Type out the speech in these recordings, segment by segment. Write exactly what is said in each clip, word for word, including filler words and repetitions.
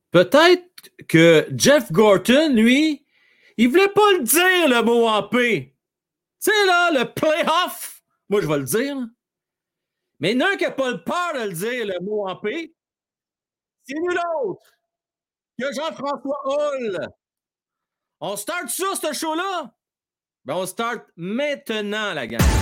Peut-être que Jeff Gorton, lui, il voulait pas le dire, le mot en P. Tu sais, là, le playoff, moi, je vais le dire. Là. Mais il y en a un qui n'a pas le peur de le dire, le mot en P. C'est nul autre que Jean-François Hull. On start ça, ce show-là? Ben, on start maintenant, la gang.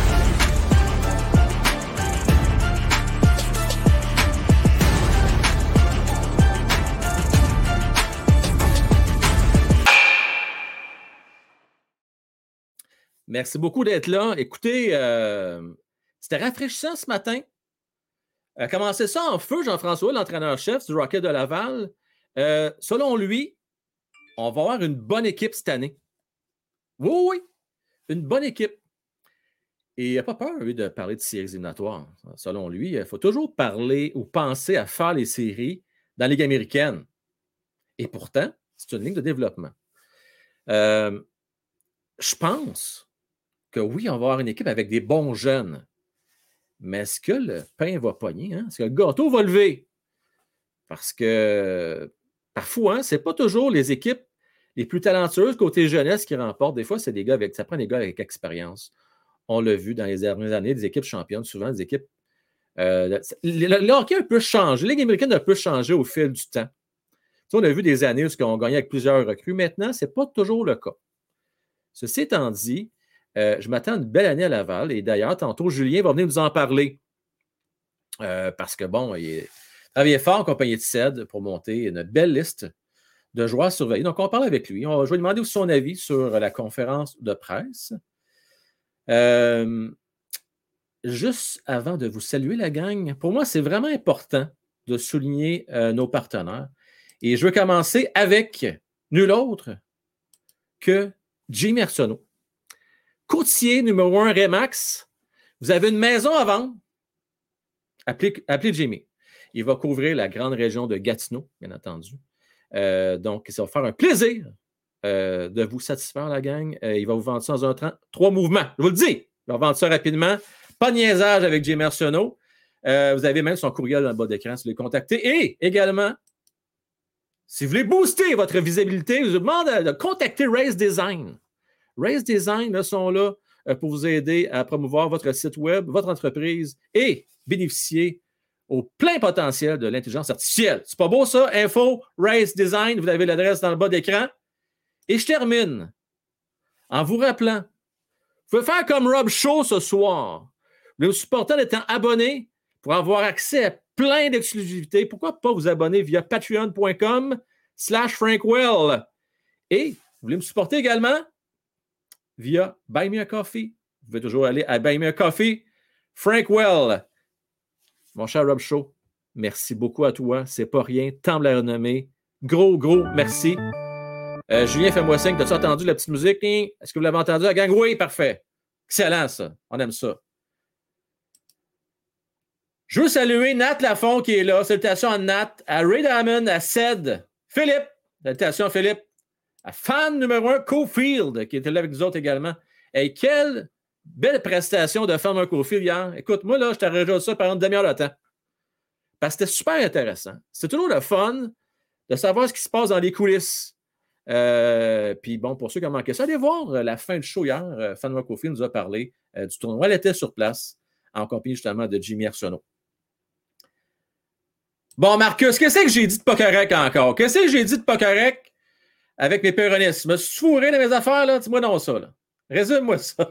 Merci beaucoup d'être là. Écoutez, euh, c'était rafraîchissant ce matin. Euh, commencer ça en feu, Jean-François, l'entraîneur-chef du Rocket de Laval. Euh, selon lui, on va avoir une bonne équipe cette année. Oui, oui, une bonne équipe. Et il n'a pas peur, lui, de parler de séries éliminatoires. Selon lui, il faut toujours parler ou penser à faire les séries dans la Ligue américaine. Et pourtant, c'est une ligne de développement. Euh, je pense que oui, on va avoir une équipe avec des bons jeunes. Mais est-ce que le pain va pogner? Hein? Est-ce que le gâteau va lever? Parce que parfois, hein, ce n'est pas toujours les équipes les plus talentueuses côté jeunesse qui remportent. Des fois, c'est des gars avec, ça prend des gars avec expérience. On l'a vu dans les dernières années, des équipes championnes, souvent des équipes. Euh, le, le hockey a un peu changé. La Ligue américaine a un peu changé au fil du temps. Tu sais, on a vu des années où on gagnait avec plusieurs recrues. Maintenant, ce n'est pas toujours le cas. Ceci étant dit, euh, je m'attends à une belle année à Laval. Et d'ailleurs, tantôt, Julien va venir nous en parler. Euh, parce que, bon, il a travaillé fort en compagnie de C E D pour monter une belle liste de joueurs surveillés. Donc, on parle avec lui. On, je vais lui demander aussi son avis sur la conférence de presse. Euh, juste avant de vous saluer, la gang, pour moi, c'est vraiment important de souligner euh, nos partenaires. Et je veux commencer avec nul autre que Jimmy Arsenault. Courtier numéro un Remax, vous avez une maison à vendre, appelez, appelez Jimmy. Il va couvrir la grande région de Gatineau, bien entendu. Euh, donc, ça va faire un plaisir euh, de vous satisfaire, la gang. Euh, il va vous vendre ça dans un temps, trois mouvements. Je vous le dis, il va vendre ça rapidement. Pas de niaisage avec Jimmy Arsenault. Euh, vous avez même son courriel dans le bas d'écran si vous voulez contacter. Et également, si vous voulez booster votre visibilité, je vous demande de contacter Race Design. Race Design là, sont là euh, pour vous aider à promouvoir votre site web, votre entreprise et bénéficier au plein potentiel de l'intelligence artificielle. C'est pas beau ça? Info, Race Design, vous avez l'adresse dans le bas d'écran. Et je termine en vous rappelant, vous pouvez faire comme Rob Shaw ce soir. Vous voulez vous supporter en étant abonné pour avoir accès à plein d'exclusivités. Pourquoi pas vous abonner via patreon.com slash Frankwell. Et vous voulez me supporter également via Buy Me a Coffee. Vous pouvez toujours aller à Buy Me a Coffee. Frankwell. Mon cher Rob Shaw, merci beaucoup à toi. C'est pas rien. Temple la renommée. Gros, gros merci. Euh, Julien, fais-moi signe. T'as-tu entendu la petite musique? Est-ce que vous l'avez entendu, la gang? Oui, parfait. Excellent, ça. On aime ça. Je veux saluer Nat Lafont qui est là. Salutations à Nat, à Ray Diamond, à Ced, Philippe. Salutations à Philippe. À fan numéro un, Cofield, qui était là avec nous autres également. Et quelle belle prestation de Farmer Cofield hier. Écoute, moi, là, je t'ai rejoint ça pendant une demi-heure de temps. Parce que c'était super intéressant. C'est toujours le fun de savoir ce qui se passe dans les coulisses. Euh, puis bon, pour ceux qui ont manqué ça, allez voir la fin du show hier. Euh, Farmer Cofield nous a parlé euh, du tournoi. Elle était sur place en compagnie justement de Jimmy Arsenault. Bon, Marcus, qu'est-ce que j'ai dit de pas correct encore? Qu'est-ce que j'ai dit de pas correct avec mes péronistes? Je me suis fourré dans mes affaires, là? Dis-moi non ça, là. Résume-moi ça.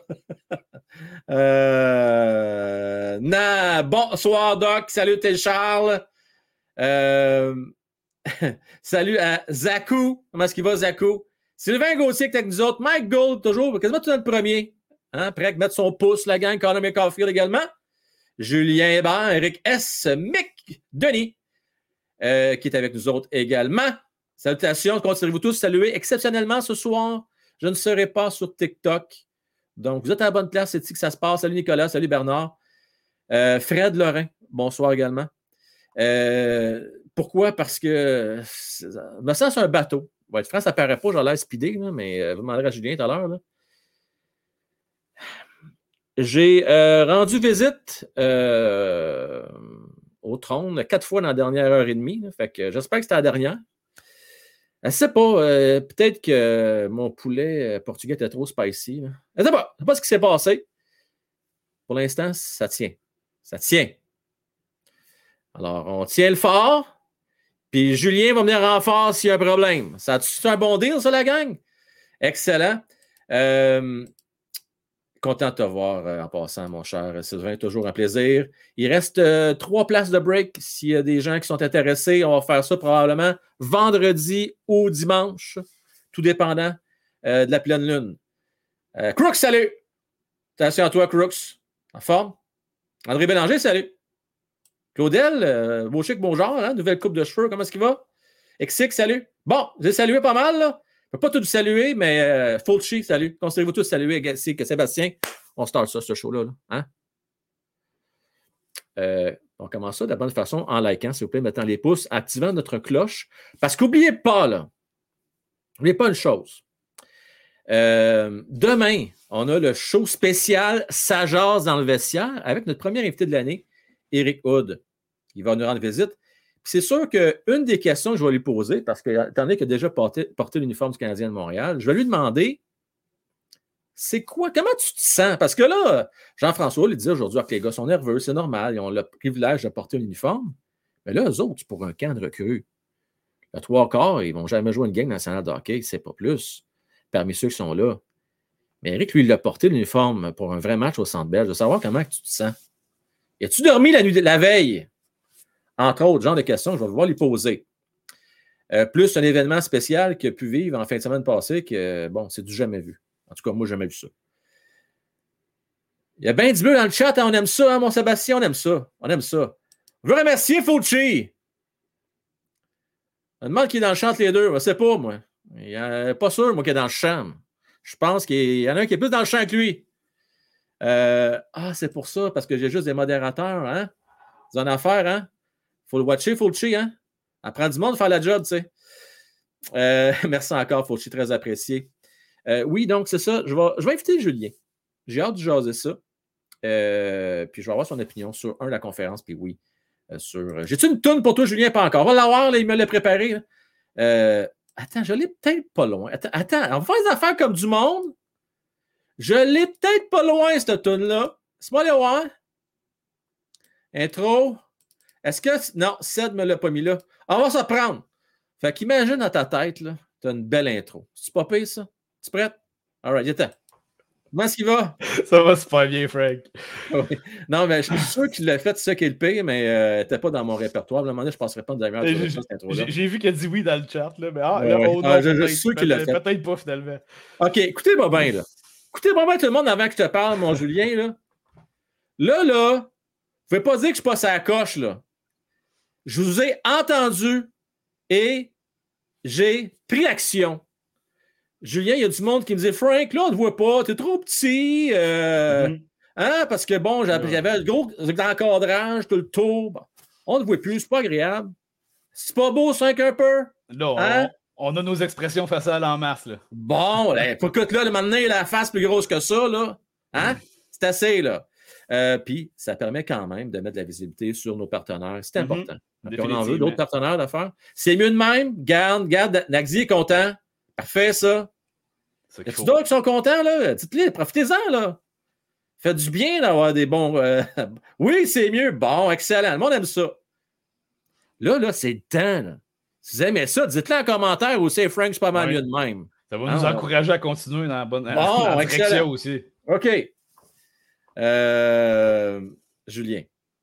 euh... Non, bonsoir, Doc. Salut, t'es Charles. Euh... Salut à Zakou. Comment est-ce qu'il va, Zakou? Sylvain Gauthier qui est avec nous autres. Mike Gould, toujours, quasiment tout dans le premier. Hein? Prêt à mettre son pouce, la gang. Conor McCaulfield également. Julien Hébert, Eric S. Mick, Denis. Euh, qui est avec nous autres également. Salutations, continuez-vous tous saluer exceptionnellement ce soir. Je ne serai pas sur TikTok. Donc, vous êtes à la bonne place, c'est ici que ça se passe. Salut Nicolas, salut Bernard. Euh, Fred Lorrain, bonsoir également. Euh, pourquoi? Parce que je me sens sur un bateau. Bon, être franc, ça ne paraît pas, j'ai l'air speedé, là, mais euh, vous demanderez à Julien tout à l'heure. Là. J'ai euh, rendu visite euh, au trône quatre fois dans la dernière heure et demie. Là, fait que j'espère que c'était la dernière. Je ne sais pas. Euh, peut-être que mon poulet portugais était trop spicy. Là. Je ne sais pas. Je ne sais pas ce qui s'est passé. Pour l'instant, ça tient. Ça tient. Alors, on tient le fort. Puis Julien va venir en force s'il y a un problème. Ça a-tu un bon deal, ça, la gang? Excellent. Euh, content de te voir euh, en passant, mon cher Sylvain. Toujours un plaisir. Il reste euh, trois places de break. S'il y a des gens qui sont intéressés, on va faire ça probablement vendredi ou dimanche, tout dépendant euh, de la pleine lune. Euh, Crooks, salut! Attention à toi, Crooks. En forme? André Bélanger, salut! Claudel, euh, beau chic, beau genre, hein? Nouvelle coupe de cheveux, comment est-ce qu'il va? X X, salut! Bon, j'ai salué pas mal, là. Je ne peux pas tout saluer, mais euh, Fulci, salut. Considérez-vous tous saluer ainsi que Sébastien. On start ça, ce show-là. Là. Hein? Euh, on commence ça de la bonne façon en likant, s'il vous plaît, mettant les pouces, activant notre cloche. Parce qu'oubliez pas, là, n'oubliez pas une chose. Euh, demain, on a le show spécial Ça jase dans le vestiaire avec notre premier invité de l'année, Éric Hood. Il va nous rendre visite. C'est sûr qu'une des questions que je vais lui poser, parce que, étant donné qu'il a déjà porté, porté l'uniforme du Canadien de Montréal, je vais lui demander c'est quoi, comment tu te sens? Parce que là, Jean-François lui disait aujourd'hui que les gars sont nerveux, c'est normal, ils ont le privilège de porter l'uniforme. Mais là, eux autres, pour un camp de recrues, le trois quarts, ils ne vont jamais jouer une game nationale de hockey, c'est pas plus, parmi ceux qui sont là. Mais Eric, lui, il a porté l'uniforme pour un vrai match au Centre Bell. Je veux savoir comment tu te sens. As-tu dormi la nuit, la veille? Entre autres, genre de questions, je vais pouvoir lui poser. Euh, plus un événement spécial qu'il a pu vivre en fin de semaine passée, que, bon, c'est du jamais vu. En tout cas, moi, j'ai jamais vu ça. Il y a bien du bleu dans le chat, hein? On aime ça, hein, mon Sébastien, on aime ça. On aime ça. Je veux remercier Fauci. Je me demande qui est dans le champ entre les deux. Je ne sais pas, moi. Il n'est pas sûr, moi, qu'il est dans le champ. Je pense qu'il y en a un qui est plus dans le champ que lui. Euh, ah, c'est pour ça, parce que j'ai juste des modérateurs, hein? C'est une affaire, hein? Faut le watcher, Fauci, hein? Apprendre du monde de faire la job, tu sais. Euh, merci encore, Fauci, très apprécié. Euh, oui, donc c'est ça. Je vais, je vais inviter Julien. J'ai hâte de jaser ça. Euh, puis je vais avoir son opinion sur, un, la conférence, puis oui, euh, sur... J'ai-tu une toune pour toi, Julien? Pas encore. On va l'avoir, là, il me l'a préparé. Euh, attends, je l'ai peut-être pas loin. Attends, attends, on va faire des affaires comme du monde. Je l'ai peut-être pas loin, cette toune-là. C'est-moi aller voir. Intro. Est-ce que... Non, Ced me l'a pas mis là. On va se prendre. Fait qu'imagine dans ta tête, là, tu as une belle intro. C'est pas pire, ça? Tu es prête? All right, attends. Comment est-ce qu'il va? Ça va super bien, Frank. Oui. Non, mais je suis sûr qu'il l'a fait, c'est ça qui est le pire, mais euh, t'es pas dans mon répertoire. À un moment donné, je ne passerai pas de demi-heure sur cette intro-là. J'ai vu qu'il a dit oui dans le chat, là, mais ah, ouais, là, ouais. oh, non, ah, je, je suis sûr qu'il l'a fait. Peut-être pas, finalement. OK, écoutez-moi bien, là. Écoutez-moi bien tout le monde avant que je te parle, mon Julien, là. Là, là, vous ne pouvez pas dire que je passe à la coche, là. Je vous ai entendu et j'ai pris action. Julien, il y a du monde qui me disait Frank, là, on ne te voit pas, t'es trop petit. Euh, mm-hmm. Hein, parce que bon, j'avais le gros encadrage, tout le tour. Bon, on ne te voit plus, c'est pas agréable. C'est pas beau, cinq un peu? Non, hein? on, on a nos expressions faciales en masse, là. Bon, là, écoute, là, le moment donné, la face plus grosse que ça, là. Hein? Mm. C'est assez, là. Euh, Puis, ça permet quand même de mettre de la visibilité sur nos partenaires. C'est important. Mm-hmm. On en veut d'autres partenaires d'affaires. C'est mieux de même. Garde, garde. Naxi est content. Parfait, ça. Y a-tu d'autres qui sont contents, là? Dites-les, profitez-en, là. Faites du bien d'avoir des bons... Euh... oui, c'est mieux. Bon, excellent. Le monde aime ça. Là, là, c'est le temps, là. Si vous aimez ça, dites-le en commentaire aussi. Frank, c'est pas mal oui. mieux de même. Ça va nous ah, encourager à continuer dans la bonne bon, dans la direction excellent. aussi. OK. Euh... Julien.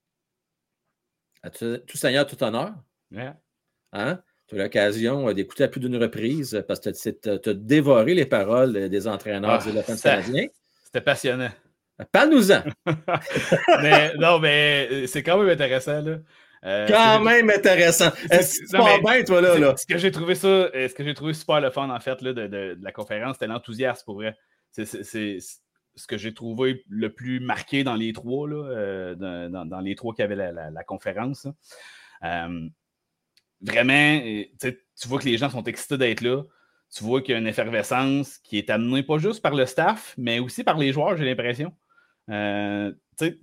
À tout, tout seigneur, tout honneur. Yeah. Hein? Tu as l'occasion d'écouter à plus d'une reprise parce que tu as dévoré les paroles des entraîneurs ah, du Lapin canadien. C'était passionnant. Parle-nous-en. mais, non, mais c'est quand même intéressant, là. Euh, quand même intéressant. Est-ce que tu pas bien, toi, là? là? Ce que j'ai trouvé ça, ce que j'ai trouvé super le fun, en fait, là, de, de, de la conférence, c'était l'enthousiasme, pour vrai. C'est ce que j'ai trouvé le plus marqué dans les trois, là, euh, dans, dans les trois qui avaient la, la, la conférence. Euh, vraiment, tu vois que les gens sont excités d'être là. Tu vois qu'il y a une effervescence qui est amenée pas juste par le staff, mais aussi par les joueurs, j'ai l'impression. Euh,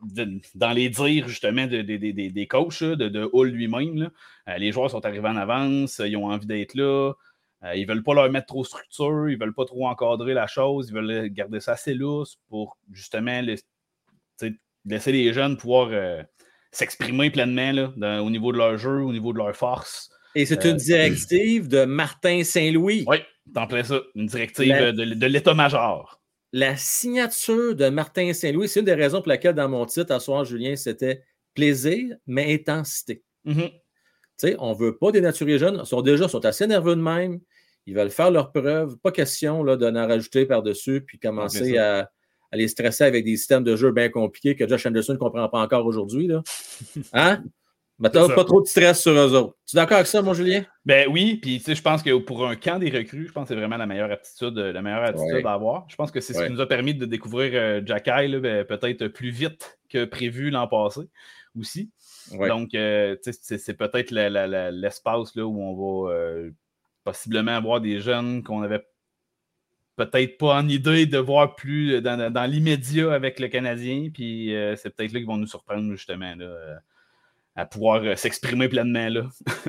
de, dans les dires, justement, de, de, de, de, des coachs, là, de, de Hull lui-même, là, euh, les joueurs sont arrivés en avance, ils ont envie d'être là. Euh, ils ne veulent pas leur mettre trop de structure, ils ne veulent pas trop encadrer la chose, ils veulent garder ça assez lousse pour, justement, les, laisser les jeunes pouvoir euh, s'exprimer pleinement là, dans, au niveau de leur jeu, au niveau de leur force. Et c'est euh, une directive de Martin Saint-Louis. Oui, t'en plais ça. Une directive la, de, de l'état-major. La signature de Martin Saint-Louis, c'est une des raisons pour laquelle, dans mon titre, à soir, Julien, c'était plaisir, mais intensité. Mm-hmm. Tu sais, on ne veut pas dénaturer les jeunes. Ils sont déjà sont assez nerveux de même. Ils veulent faire leurs preuves. Pas question là, de en rajouter par-dessus puis commencer à, à les stresser avec des systèmes de jeu bien compliqués que Josh Anderson ne comprend pas encore aujourd'hui. Là. Hein? Ben, t'as pas trop de stress sur eux autres. Tu es d'accord avec ça, mon Julien? Ben oui, puis tu sais, je pense que pour un camp des recrues, je pense que c'est vraiment la meilleure aptitude, la meilleure attitude ouais. à avoir. Je pense que c'est ouais. ce qui nous a permis de découvrir euh, Jacky là, ben, peut-être plus vite que prévu l'an passé aussi. Ouais. Donc, euh, c'est, c'est peut-être la, la, la, l'espace là, où on va euh, possiblement avoir des jeunes qu'on avait peut-être pas en idée de voir plus dans, dans l'immédiat avec le Canadien. Puis euh, c'est peut-être là qu'ils vont nous surprendre justement là, euh, à pouvoir euh, s'exprimer pleinement là.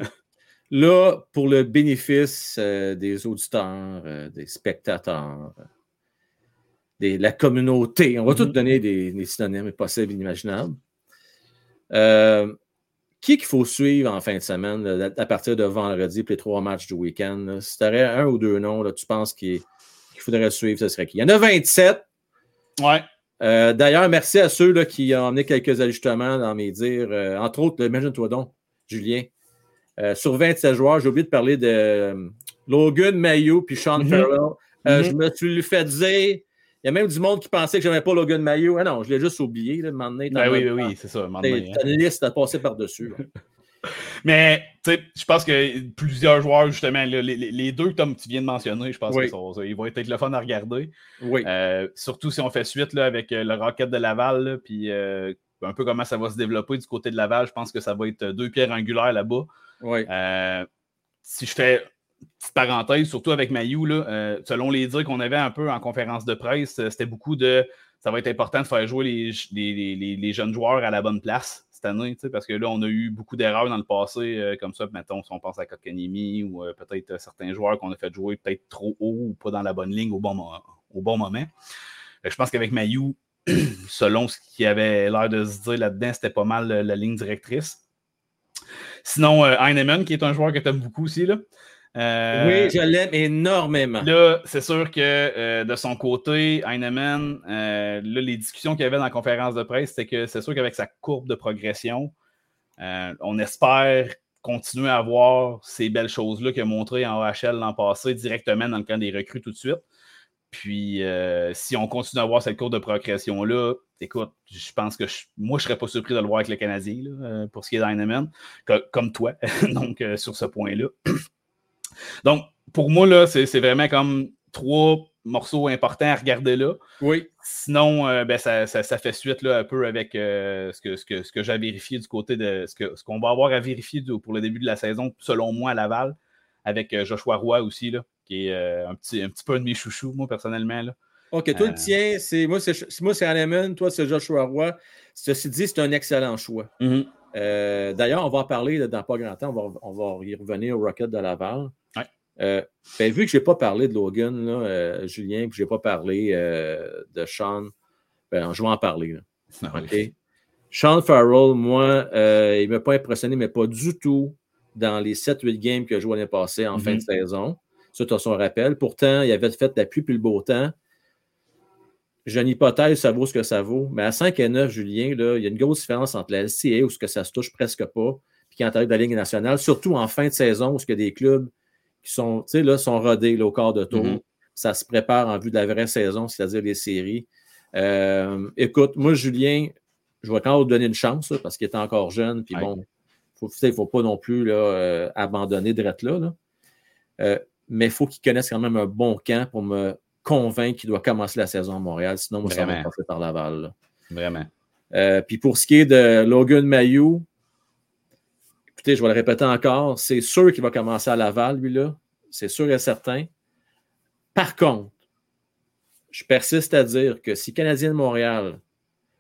Là, pour le bénéfice euh, des auditeurs, euh, des spectateurs, de la communauté, on va mm-hmm. tous donner des, des synonymes possibles, inimaginables. Euh, qui qu'il faut suivre en fin de semaine, là, à partir de vendredi, puis les trois matchs du week-end? Là? Si tu aurais un ou deux noms, là, tu penses qu'il, qu'il faudrait suivre, ce serait qui? Il y en a vingt-sept. Ouais. Euh, d'ailleurs, merci à ceux là, qui ont amené quelques ajustements dans mes dires. Euh, entre autres, là, imagine-toi donc, Julien. Euh, sur vingt-sept joueurs, j'ai oublié de parler de euh, Logan Mailloux puis Sean mm-hmm. Farrell. Euh, mm-hmm. Je me suis fait dire, il y a même du monde qui pensait que je n'aimais pas Logan Mailloux. Ah non, je l'ai juste oublié. Là, donné, ben oui, oui, oui, c'est ça. Tu as une liste à passer par-dessus. Mais, tu sais, je pense que plusieurs joueurs, justement, là, les, les deux que tu viens de mentionner, je pense oui. qu'ils vont être le fun à regarder. Oui. Euh, surtout si on fait suite là, avec le Rocket de Laval, puis euh, un peu comment ça va se développer du côté de Laval. Je pense que ça va être deux pierres angulaires là-bas. Oui. Euh, si je fais une petite parenthèse, surtout avec Mailloux, là, euh, selon les dires qu'on avait un peu en conférence de presse, c'était beaucoup de ça va être important de faire jouer les, les, les, les jeunes joueurs à la bonne place cette année, parce que là, on a eu beaucoup d'erreurs dans le passé, euh, comme ça, mettons, si on pense à Kotkaniemi ou euh, peut-être euh, certains joueurs qu'on a fait jouer peut-être trop haut ou pas dans la bonne ligne au bon, mo- au bon moment. Euh, je pense qu'avec Mailloux, selon ce qu'il avait l'air de se dire là-dedans, c'était pas mal la, la ligne directrice. Sinon, euh, Heinemann, qui est un joueur que tu aimes beaucoup aussi, là. Euh, oui, je l'aime énormément. Là, c'est sûr que euh, de son côté, Heinemann, euh, là, les discussions qu'il y avait dans la conférence de presse, c'était que c'est sûr qu'avec sa courbe de progression, euh, on espère continuer à voir ces belles choses-là qu'il a montrées en A H L l'an passé directement dans le camp des recrues tout de suite. Puis, euh, si on continue à voir cette courbe de progression-là, écoute, je pense que je, moi, je ne serais pas surpris de le voir avec le Canadien là, euh, pour ce qui est d'Heinemann, co- comme toi, donc euh, sur ce point-là. Donc, pour moi, là, c'est, c'est vraiment comme trois morceaux importants à regarder là. Oui. Sinon, euh, ben, ça, ça, ça fait suite là, un peu avec euh, ce, que, ce, que, ce que j'ai vérifié du côté de ce, que, ce qu'on va avoir à vérifier de, pour le début de la saison, selon moi, à Laval, avec euh, Joshua Roy aussi, là, qui est euh, un, petit, un petit peu un de mes chouchous, moi, personnellement. Là. OK, toi, euh... le tien, c'est moi, c'est, moi, c'est Heinemann, toi, c'est Joshua Roy. Ceci dit, c'est un excellent choix. Mm-hmm. Euh, d'ailleurs, on va en parler là, dans pas grand temps. On va, on va y revenir au Rocket de Laval. Ouais. Euh, ben, vu que je n'ai pas parlé de Logan, là, euh, Julien, puis je n'ai pas parlé euh, de Sean, ben, je vais en parler. Là. Ah, OK? oui. Sean Farrell, moi, euh, il ne m'a pas impressionné, mais pas du tout dans les sept huit games que je jouais l'année passée en mm-hmm. fin de saison. Ça, tu as son rappel. Pourtant, il avait fait la pluie puis le beau temps. J'ai une hypothèse, ça vaut ce que ça vaut. Mais à cinq et neuf, Julien, là, il y a une grosse différence entre la L C A où ce que ça se touche presque pas, puis quand tu arrives de la Ligue nationale, surtout en fin de saison où il y a des clubs qui sont, tu sais, là, sont rodés là, au quart de tour. Mm-hmm. Ça se prépare en vue de la vraie saison, c'est-à-dire les séries. Euh, écoute, moi, Julien, je vais quand même donner une chance là, parce qu'il est encore jeune. Puis bon, faut, il ne faut pas non plus là, euh, abandonner Drette là. là. Euh, mais il faut qu'il connaisse quand même un bon camp pour me convaincre qu'il doit commencer la saison à Montréal. Sinon, moi, Vraiment. ça va passer par Laval. Là. Vraiment. Euh, puis pour ce qui est de Logan Mailloux, écoutez, je vais le répéter encore, c'est sûr qu'il va commencer à Laval, lui-là. C'est sûr et certain. Par contre, je persiste à dire que si Canadien de Montréal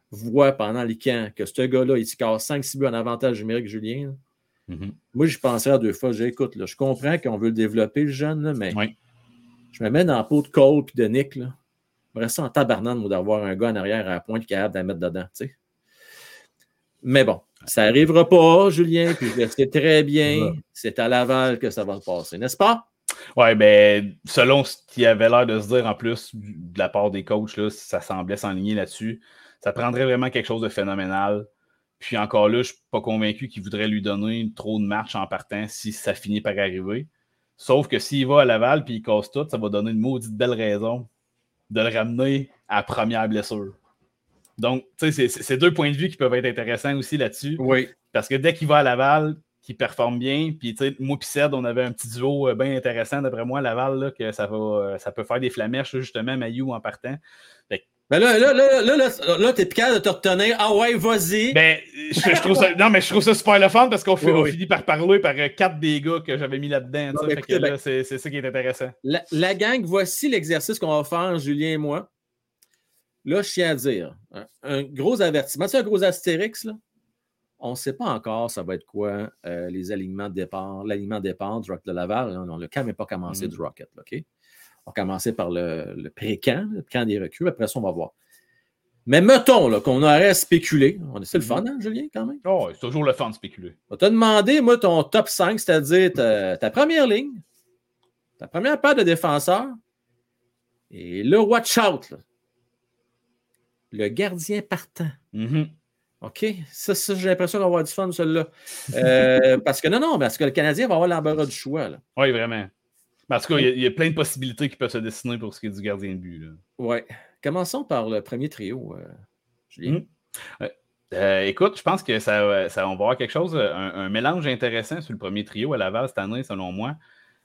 voit pendant les camps que ce gars-là, il score cinq six buts en avantage numérique, Julien, mm-hmm. moi, j'y pensais à deux fois. J'écoute, je comprends qu'on veut le développer, le jeune, là, mais oui. je me mets dans la peau de Cole et de Nick. Là. Je me reste en tabarnane d'avoir un gars en arrière à la pointe capable d'en mettre dedans. T'sais. Mais bon, ça n'arrivera pas, Julien, puis je le sais très bien. C'est à Laval que ça va se passer, n'est-ce pas? Oui, bien, selon ce qui avait l'air de se dire en plus de la part des coachs, là, ça semblait s'enligner là-dessus. Ça prendrait vraiment quelque chose de phénoménal. Puis encore là, je ne suis pas convaincu qu'il voudrait lui donner trop de marche en partant si ça finit par arriver. Sauf que s'il va à Laval et il casse tout, ça va donner une maudite belle raison de le ramener à la première blessure. Donc, tu sais, c'est, c'est deux points de vue qui peuvent être intéressants aussi là-dessus. Oui. Parce que dès qu'il va à Laval, qu'il performe bien, puis tu sais, moi et Ced, on avait un petit duo bien intéressant, d'après moi, à Laval, là, que ça, va, ça peut faire des flamèches, justement, Mailloux en partant. Fait que, ben là, là, là, là, là, là, t'es capable de te retenir. Ah ouais, vas-y. Ben, je, je trouve ça, non, mais je trouve ça super le fun parce qu'on fait, oui, on oui. finit par parler par quatre des gars que j'avais mis là-dedans. Non, fait écoutez, que là, ben, c'est, c'est ça qui est intéressant. La, la gang, voici l'exercice qu'on va faire, Julien et moi. Là, je tiens à dire, un, un gros avertissement. C'est un gros astérix, là. On ne sait pas encore ça va être quoi euh, les alignements de départ, l'alignement de départ du Rocket de Laval. Là, on n'a quand même pas commencé mm-hmm. du Rocket. Là, OK? On va commencer par le, le pré-camp, le camp des recrues. Après ça, on va voir. Mais mettons là, qu'on aurait spéculé. C'est le fun, hein, Julien, quand même? Oh, c'est toujours le fun de spéculer. On t'a demandé, moi, ton top cinq, c'est-à-dire ta, ta première ligne, ta première paire de défenseurs, et le watch out, là, le gardien partant. Mm-hmm. OK? Ça, ça, j'ai l'impression d'avoir du fun, celui-là. Euh, parce que non, non, parce que le Canadien va avoir l'embarras du choix. Là. Oui, vraiment. En tout cas, il y, y a plein de possibilités qui peuvent se dessiner pour ce qui est du gardien de but. Oui. Commençons par le premier trio, euh, Julien. Mmh. Euh, écoute, je pense que ça, ça, on va avoir quelque chose, un, un mélange intéressant sur le premier trio à Laval cette année, selon moi.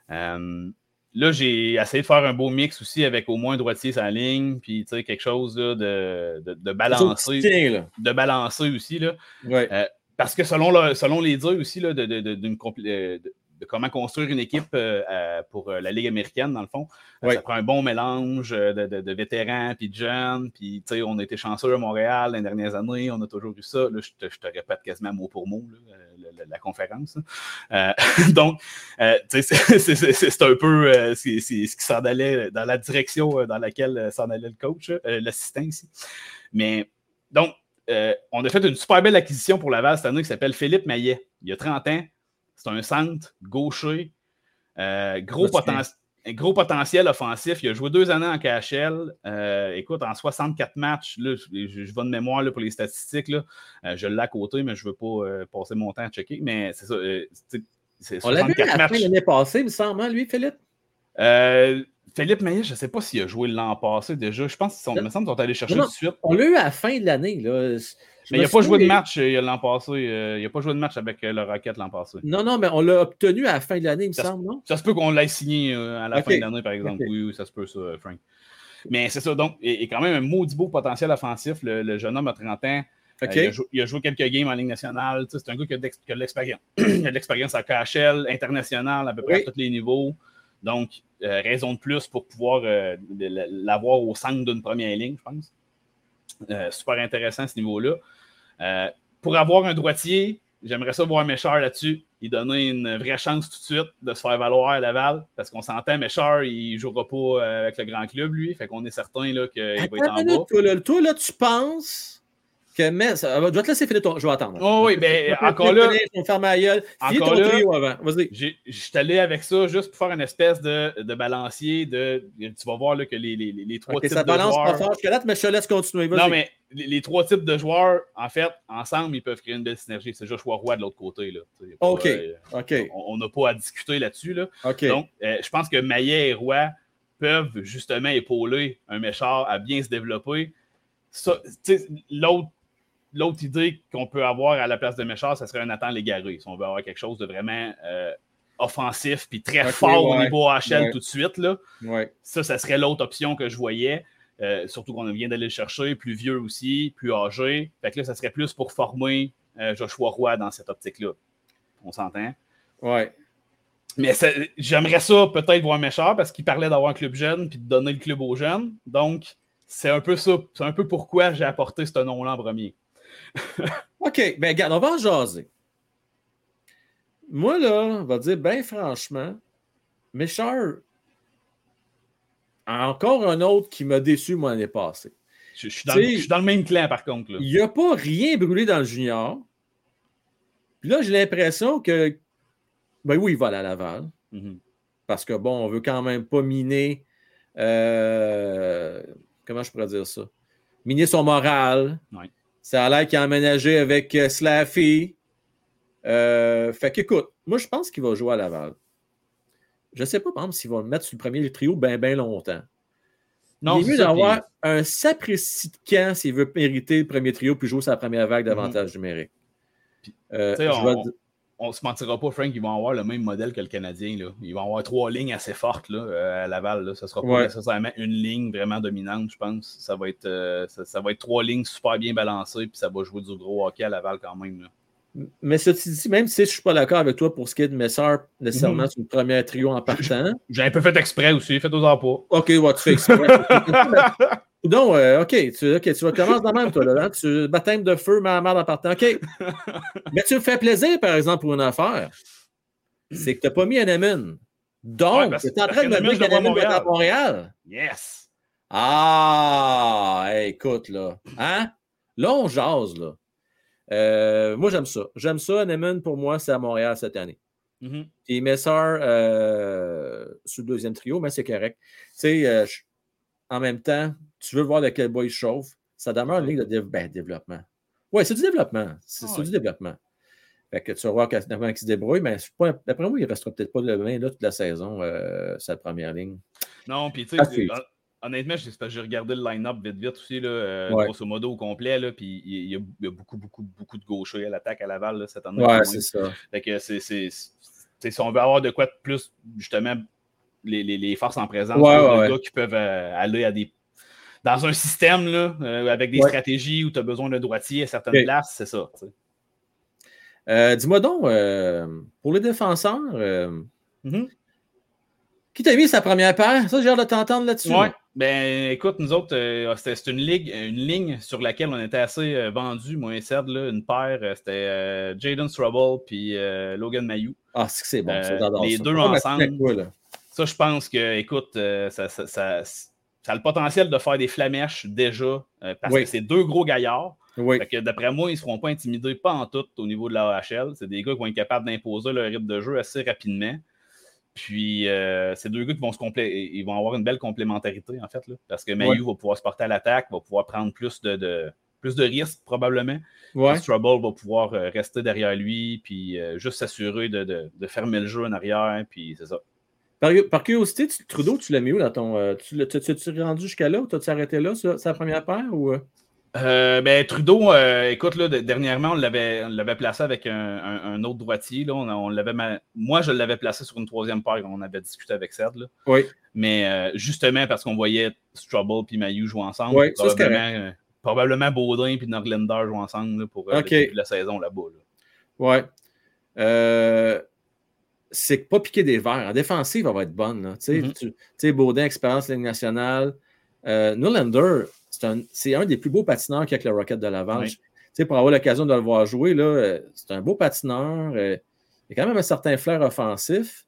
Euh, là, j'ai essayé de faire un beau mix aussi avec au moins un droitier sur la ligne, puis tu sais, quelque chose là, de, de, de balancer. Tient, de balancer aussi. Là. Ouais. Euh, parce que selon, le, selon les dires aussi là, de, de, de, d'une compl- de, de comment construire une équipe euh, euh, pour la Ligue américaine, dans le fond. Oui. Ça prend un bon mélange de, de, de vétérans puis de jeunes. Puis, tu sais, on a été chanceux à Montréal les dernières années. On a toujours eu ça. Là, je, te, je te répète quasiment mot pour mot là, la, la, la conférence. Euh, donc, euh, tu sais, c'est, c'est, c'est, c'est un peu euh, c'est, c'est ce qui s'en allait dans la direction dans laquelle s'en allait le coach, euh, l'assistant ici. Mais, donc, euh, on a fait une super belle acquisition pour Laval cette année qui s'appelle Philippe Maillet. Il y a trente ans. C'est un centre gaucher, euh, gros, poten- gros potentiel offensif. Il a joué deux années en K H L. Euh, écoute, en soixante-quatre matchs, là, je, je, je vais de mémoire là, pour les statistiques. Là. Euh, je l'ai à côté, mais je ne veux pas euh, passer mon temps à checker. Mais c'est ça. Euh, c'est, c'est On l'a vu à la matchs. fin de l'année passée, il me semble, lui, Philippe? Euh, Philippe Maillet, je ne sais pas s'il a joué l'an passé déjà. Je pense qu'il me semble qu'ils sont allés chercher non, tout de suite. On l'a eu à la fin de l'année. Là. Mais il n'a pas joué de match euh, l'an passé. Euh, il n'a pas joué de match avec euh, le Rocket l'an passé. Non, non, mais on l'a obtenu à la fin de l'année, il me ça semble, se, non? Ça se peut qu'on l'ait signé euh, à la okay. fin de l'année, par exemple. Okay. Oui, oui, ça se peut, ça, Frank. Mais c'est ça, donc, et, et quand même un maudit beau potentiel offensif. Le, le jeune homme a trente ans. Okay. Euh, il, a joué, il a joué quelques games en Ligue nationale. C'est un gars qui a, qui a de l'expérience. Il a de l'expérience à K H L, international, à peu près oui. à tous les niveaux. Donc, euh, raison de plus pour pouvoir euh, l'avoir au centre d'une première ligne, je pense. Euh, super intéressant à ce niveau-là. Euh, pour avoir un droitier, j'aimerais ça voir Méchard là-dessus. Il donner une vraie chance tout de suite de se faire valoir à Laval, parce qu'on s'entend, Méchard, il ne jouera pas avec le grand club, lui. Fait qu'on est certain là, qu'il va être en minute, bas. Toi, là, toi, là, tu penses que mais, ça, je vais te laisser finir ton... Je vais attendre. Oh, oui, mais encore là... Je vais faire ma gueule. Finis ton là, trio avant. Vas-y. Je suis allé avec ça juste pour faire une espèce de, de balancier. De, tu vas voir là, que les, les, les trois okay, types ça de balance joueurs... pas fort jusqu'à là, mais je te laisse continuer. Vas-y. Non, mais les, les trois types de joueurs, en fait, ensemble, ils peuvent créer une belle synergie. C'est Joshua Roy de l'autre côté. Là. Pas, OK. Euh, okay. On n'a pas à discuter là-dessus. Là. Okay. Donc, euh, je pense que Maillet et Roy peuvent justement épauler un Méchard à bien se développer. Ça, l'autre L'autre idée qu'on peut avoir à la place de Méchard, ce serait un Nathan Légaré. Si on veut avoir quelque chose de vraiment euh, offensif puis très okay, fort ouais, au niveau A H L ouais. tout de suite, là, ouais. ça, ça serait l'autre option que je voyais. Euh, surtout qu'on vient d'aller le chercher, plus vieux aussi, plus âgé. Fait que là, ça serait plus pour former euh, Joshua Roy dans cette optique-là. On s'entend? Ouais. Mais ça, j'aimerais ça peut-être voir Méchard parce qu'il parlait d'avoir un club jeune puis de donner le club aux jeunes. Donc, c'est un peu ça. C'est un peu pourquoi j'ai apporté ce nom-là en premier. OK, bien, regarde, on va en jaser. Moi, là, on va dire, bien franchement, Méchard, encore un autre qui m'a déçu, moi, l'année passée. Je, je, suis dans le, je suis dans le même clan, par contre. Il n'a pas rien brûlé dans le junior. Puis là, j'ai l'impression que, ben oui, il va aller à Laval. Mm-hmm. Parce que, bon, on veut quand même pas miner, euh, comment je pourrais dire ça? Miner son moral. Ouais. Ça a l'air qu'il a emménagé avec euh, Slaffy. Euh, fait qu'écoute, moi, je pense qu'il va jouer à Laval. Je ne sais pas, par exemple, s'il va le mettre sur le premier trio bien, bien longtemps. Non, il est mieux d'avoir puis... un sapristi de camp s'il veut mériter le premier trio puis jouer sa première vague d'avantage mm-hmm. numérique. Euh, on, vais... on, on se mentira pas, Frank, ils vont avoir le même modèle que le Canadien. Là. Ils vont avoir trois lignes assez fortes là, à Laval. Là. Ça ne sera pas ouais. nécessairement une ligne vraiment dominante, je pense. Ça va être, euh, ça, ça va être trois lignes super bien balancées puis ça va jouer du gros hockey à Laval quand même. Là. Mais ceci dit, même si je ne suis pas d'accord avec toi pour ce qui est de Messer, nécessairement mm-hmm. sur le premier trio en partant. J'ai un peu fait exprès aussi, fais-toi pas. OK, ouais, tu fais exprès. Donc, euh, OK, tu, okay, tu vas commencer de même, toi, là. Hein? Tu baptême de feu, ma merde en partant. OK. Mais tu me fais plaisir, par exemple, pour une affaire. C'est que tu n'as pas mis Hanneman. Donc, ouais, tu es en train de me dire qu'Hanneman va être à Montréal. Yes. Ah, hey, écoute, là. Hein? Là, on jase, là. Euh, moi, j'aime ça. J'aime ça. Hanneman, pour moi, c'est à Montréal cette année. Mm-hmm. Puis Messer euh, sur le deuxième trio, mais c'est correct. Tu sais, euh, en même temps, tu veux voir de quel bois il chauffe. Ça demeure une ligne de dé- ben, développement. Oui, c'est du développement. C'est, oh, c'est ouais. du développement. Fait que tu vas voir comment il se débrouille, mais pas, d'après moi, il ne restera peut-être pas le main là toute la saison, euh, sa première ligne. Non, puis tu sais, honnêtement, j'ai, j'ai regardé le line-up vite vite aussi, là, euh, ouais. grosso modo au complet, là, puis il y, y a beaucoup, beaucoup, beaucoup de gauchers à l'attaque à Laval là, cette année. Ouais, c'est ça. Fait que c'est, c'est, c'est, si on veut avoir de quoi de plus, justement, les, les, les forces en présence, ouais, les ouais, gars ouais. qui peuvent euh, aller à des dans un système là, euh, avec des ouais. stratégies où tu as besoin de droitier à certaines okay. places, c'est ça. Euh, dis-moi donc, euh, pour les défenseurs, euh, mm-hmm. qui t'a mis sa première paire? Ça, j'ai hâte de t'entendre là-dessus. Oui. Ben, écoute, nous autres, euh, c'était, c'était une, ligue, une ligne sur laquelle on était assez euh, vendus, moi et Ced, là, une paire. Euh, c'était euh, Jayden Struble puis euh, Logan Mailloux. Ah, c'est que c'est bon. Ça, euh, les ça. deux Pas ensemble. Quoi, là. Ça, je pense que, écoute, euh, ça, ça, ça, ça a le potentiel de faire des flamèches déjà, euh, parce oui. que c'est deux gros gaillards. Oui. Fait que, d'après moi, ils ne seront pas intimidés, pas en tout, au niveau de la A H L. C'est des gars qui vont être capables d'imposer leur rythme de jeu assez rapidement. Puis, euh, ces deux gars qui vont se complé- ils vont avoir une belle complémentarité, en fait, là, parce que Mailloux ouais. va pouvoir se porter à l'attaque, va pouvoir prendre plus de, de, plus de risques, probablement. Ouais. Struble va pouvoir euh, rester derrière lui, puis euh, juste s'assurer de, de, de fermer le jeu en arrière, puis c'est ça. Par, par curiosité, tu, Trudeau, tu l'as mis où dans ton... Euh, tu l'as rendu jusqu'à là ou t'as-tu arrêté là, sur sa première paire, ou... Euh... Euh, ben, Trudeau, euh, écoute, là, de, dernièrement, on l'avait, on l'avait placé avec un, un, un autre droitier. Là. On, on l'avait ma... Moi, je l'avais placé sur une troisième paire quand on avait discuté avec Ced. Là. Oui. Mais euh, justement, parce qu'on voyait Struble et Mailloux jouer ensemble, oui, probablement, euh, probablement Baudin et Norlander jouer ensemble là, pour euh, okay. depuis la saison là-bas. Là. Oui. Euh, c'est pas piquer des verres. En défensive, elle va être bonne. Là. Mm-hmm. Tu sais, Baudin, expérience Ligue nationale. Euh, Norlander, C'est un, c'est un des plus beaux patineurs qu'il y a avec le Rocket de Laval. Oui. Pour avoir l'occasion de le voir jouer, là, c'est un beau patineur. Euh, il y a quand même un certain flair offensif.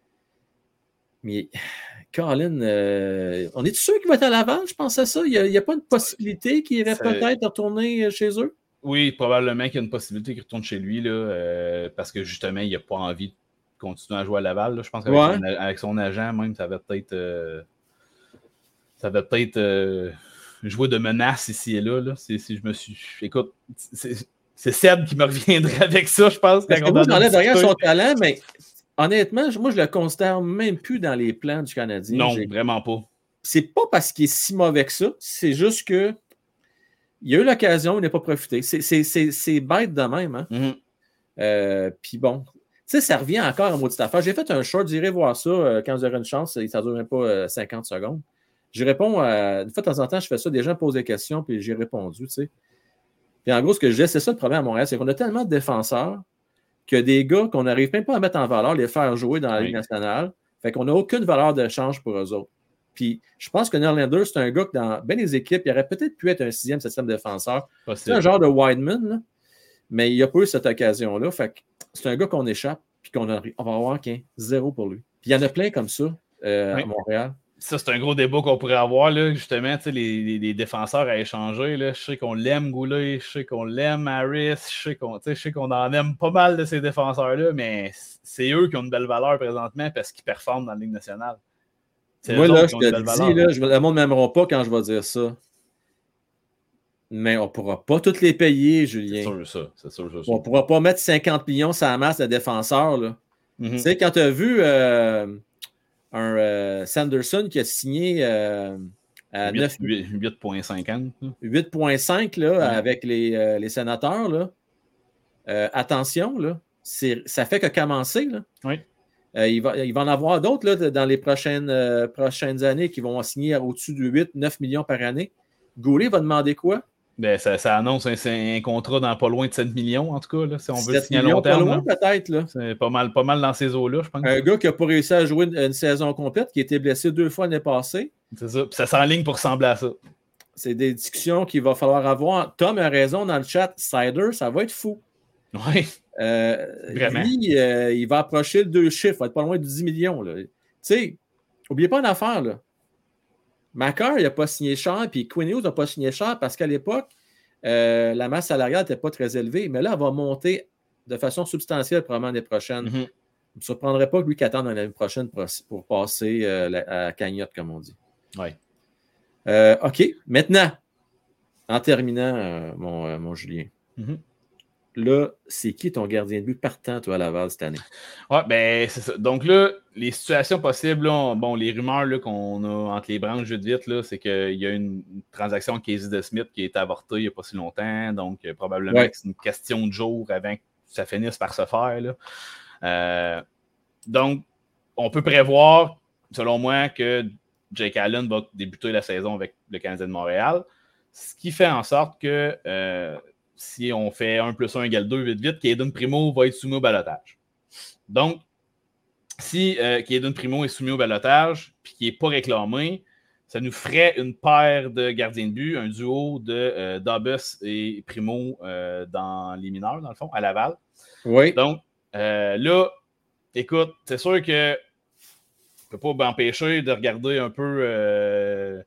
Mais, Colin, euh, on est sûr qu'il va être à Laval? Je pense à ça. Il n'y a, a pas une possibilité qu'il irait c'est... peut-être retourner chez eux? Oui, probablement qu'il y a une possibilité qu'il retourne chez lui, là, euh, parce que justement, il n'a pas envie de continuer à jouer à Laval. Là. Je pense qu'avec ouais. son, avec son agent, même, ça va peut-être... Euh, ça va peut-être... Euh, jouer de menace ici et là. là. C'est, si je me suis. Écoute, c'est, c'est Ced qui me reviendrait avec ça, je pense. Parce que moi, j'enlève derrière son talent, mais honnêtement, moi, je le considère même plus dans les plans du Canadien. Non, J'ai... vraiment pas. C'est pas parce qu'il est si mauvais que ça, c'est juste que il a eu l'occasion, il n'a pas profité. C'est, c'est, c'est, c'est bête de même. Hein? Mm-hmm. Euh, Puis bon, tu sais, ça revient encore à maudite affaire. J'ai fait un short, j'irai voir ça euh, quand vous aurez une chance. Ça ne dure même pas euh, cinquante secondes. Je réponds à. Une fois de temps en temps, je fais ça, des gens posent des questions, puis j'ai répondu, tu sais. Puis en gros, ce que je dis, c'est ça le problème à Montréal, c'est qu'on a tellement de défenseurs que des gars qu'on n'arrive même pas à mettre en valeur, les faire jouer dans la oui. Ligue nationale, fait qu'on n'a aucune valeur d'échange pour eux autres. Puis je pense que Nylander, c'est un gars que dans bien les équipes, il aurait peut-être pu être un sixième, septième défenseur. Possible. C'est un genre de Wideman, là, mais il n'a pas eu cette occasion-là. Fait que c'est un gars qu'on échappe, puis qu'on a, on va avoir qu'un zéro pour lui. Puis il y en a plein comme ça euh, oui. à Montréal. Ça, c'est un gros débat qu'on pourrait avoir, là, justement, les, les, les défenseurs à échanger. Là. Je sais qu'on l'aime, Goulet, je sais qu'on l'aime, Harris, je sais qu'on, je sais qu'on en aime pas mal de ces défenseurs-là, mais c'est eux qui ont une belle valeur présentement parce qu'ils performent dans la Ligue nationale. C'est Moi, là, je te dis, là, je, le monde ne m'aimera pas quand je vais dire ça. Mais on ne pourra pas tous les payer, Julien. C'est sûr, ça. C'est sûr, c'est sûr. On ne pourra pas mettre cinquante millions sur la masse de défenseurs. Là. Mm-hmm. Tu sais, quand tu as vu euh, un euh, Sanderson qui a signé euh, à huit virgule cinquante. huit virgule cinq là, ouais. avec les, euh, les sénateurs, là, euh, attention, là, c'est, ça fait que commencer. Là. Oui. Euh, il, va, il va en avoir d'autres là, dans les prochaines, euh, prochaines années qui vont signer au-dessus de huit neuf millions par année. Goulet va demander quoi? Ben, ça, ça annonce un, un contrat dans pas loin de sept millions, en tout cas, là, si on veut signer à long terme. Pas loin, peut-être. Là. C'est pas mal, pas mal dans ces eaux-là, je pense. Un gars qui n'a pas réussi à jouer une, une saison complète, qui a été blessé deux fois l'année passée. C'est ça. Puis ça s'enligne pour ressembler à ça. C'est des discussions qu'il va falloir avoir. Tom a raison dans le chat. Cider, ça va être fou. Oui. Euh, lui, euh, il va approcher le deux chiffres, il va être pas loin de dix millions. Tu sais, n'oubliez pas une affaire. Là. Macar, il n'a pas signé cher, puis Quinn Hughes n'a pas signé cher parce qu'à l'époque, euh, la masse salariale n'était pas très élevée. Mais là, elle va monter de façon substantielle probablement l'année prochaine. Mm-hmm. Je ne me surprendrait pas que lui qui attende l'année prochaine pour, pour passer euh, la, à cagnotte, comme on dit. Oui. Euh, OK. Maintenant, en terminant, euh, mon, euh, mon Julien. Mm-hmm. Là, c'est qui ton gardien de but partant, toi, à Laval, cette année? Oui, ben c'est ça. Donc là, les situations possibles, là, on, bon, les rumeurs là, qu'on a entre les branches vite vite, là, c'est qu'il y a une, une transaction avec Casey DeSmith qui a été avortée il n'y a pas si longtemps. Donc, euh, probablement ouais. que c'est une question de jours avant que ça finisse par se faire. Là. Euh, donc, on peut prévoir, selon moi, que Jake Allen va débuter la saison avec le Canadien de Montréal. Ce qui fait en sorte que euh, si on fait un plus un égale deux vite vite, Caden Primo va être soumis au ballottage. Donc, si euh, Caden Primo est soumis au ballottage puis qu'il n'est pas réclamé, ça nous ferait une paire de gardiens de but, un duo de euh, Dubas et Primo euh, dans les mineurs, dans le fond, à Laval. Oui. Donc, euh, là, écoute, c'est sûr que je ne peux pas m'empêcher de regarder un peu euh,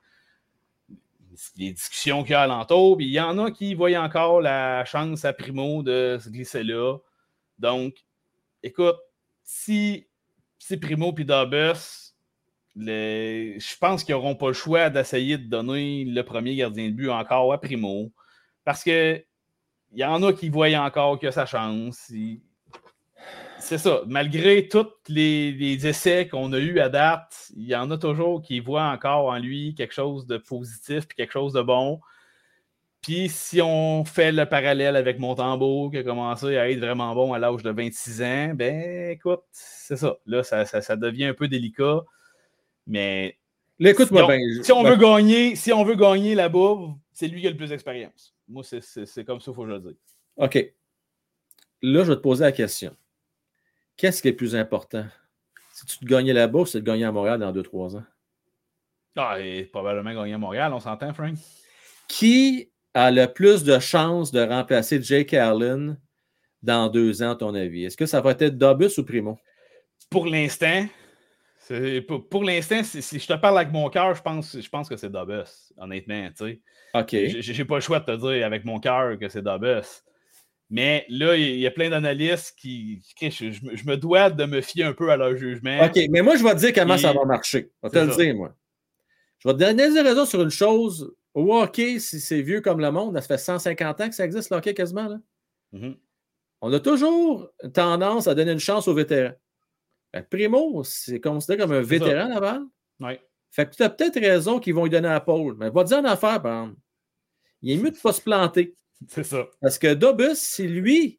les discussions qu'il y a alentour. Puis il y en a qui voient encore la chance à Primo de se glisser là. Donc, écoute, si, si Primo et Dubas, le, je pense qu'ils n'auront pas le choix d'essayer de donner le premier gardien de but encore à Primo. Parce que il y en a qui voient encore que sa chance. Il, c'est ça. Malgré tous les, les essais qu'on a eus à date, il y en a toujours qui voient encore en lui quelque chose de positif puis quelque chose de bon. Puis si on fait le parallèle avec Montembeault, qui a commencé à être vraiment bon à l'âge de vingt-six ans, ben écoute, c'est ça. Là, ça, ça, ça devient un peu délicat. Mais là, écoute-moi si, bien. On, si on veut gagner, si on veut gagner là-bas, c'est lui qui a le plus d'expérience. Moi, c'est, c'est, c'est comme ça qu'il faut que je le dise. OK. Là, je vais te poser la question. Qu'est-ce qui est le plus important? Si tu te gagnais là-bas ou si tu te gagnais à Montréal dans deux trois ans? Ah, et probablement gagner à Montréal, on s'entend, Frank? Qui a le plus de chances de remplacer Jake Allen dans deux ans, à ton avis? Est-ce que ça va être Dubas ou Primo? Pour l'instant, c'est, pour, pour l'instant, si, si je te parle avec mon cœur, je pense, je pense que c'est Dubas, honnêtement. Tu sais. OK. J'ai, j'ai pas le choix de te dire avec mon cœur que c'est Dubas. Mais là, il y a plein d'analystes qui. qui je, je, je me dois de me fier un peu à leur jugement. OK, mais moi, je vais te dire comment Et... ça va marcher. Je vais te le dire, moi. Je vais te donner des raisons sur une chose. Au hockey, si c'est vieux comme le monde, ça fait cent cinquante ans que ça existe, le hockey, quasiment. Là. Mm-hmm. On a toujours tendance à donner une chance aux vétérans. Ben, Primo, c'est considéré comme un c'est vétéran, ça. Laval. Oui. Fait que tu as peut-être raison qu'ils vont lui donner la pôle. Mais va te dire en affaire, par exemple. Il est mieux de ne pas se planter. C'est ça. Parce que Dubas, si lui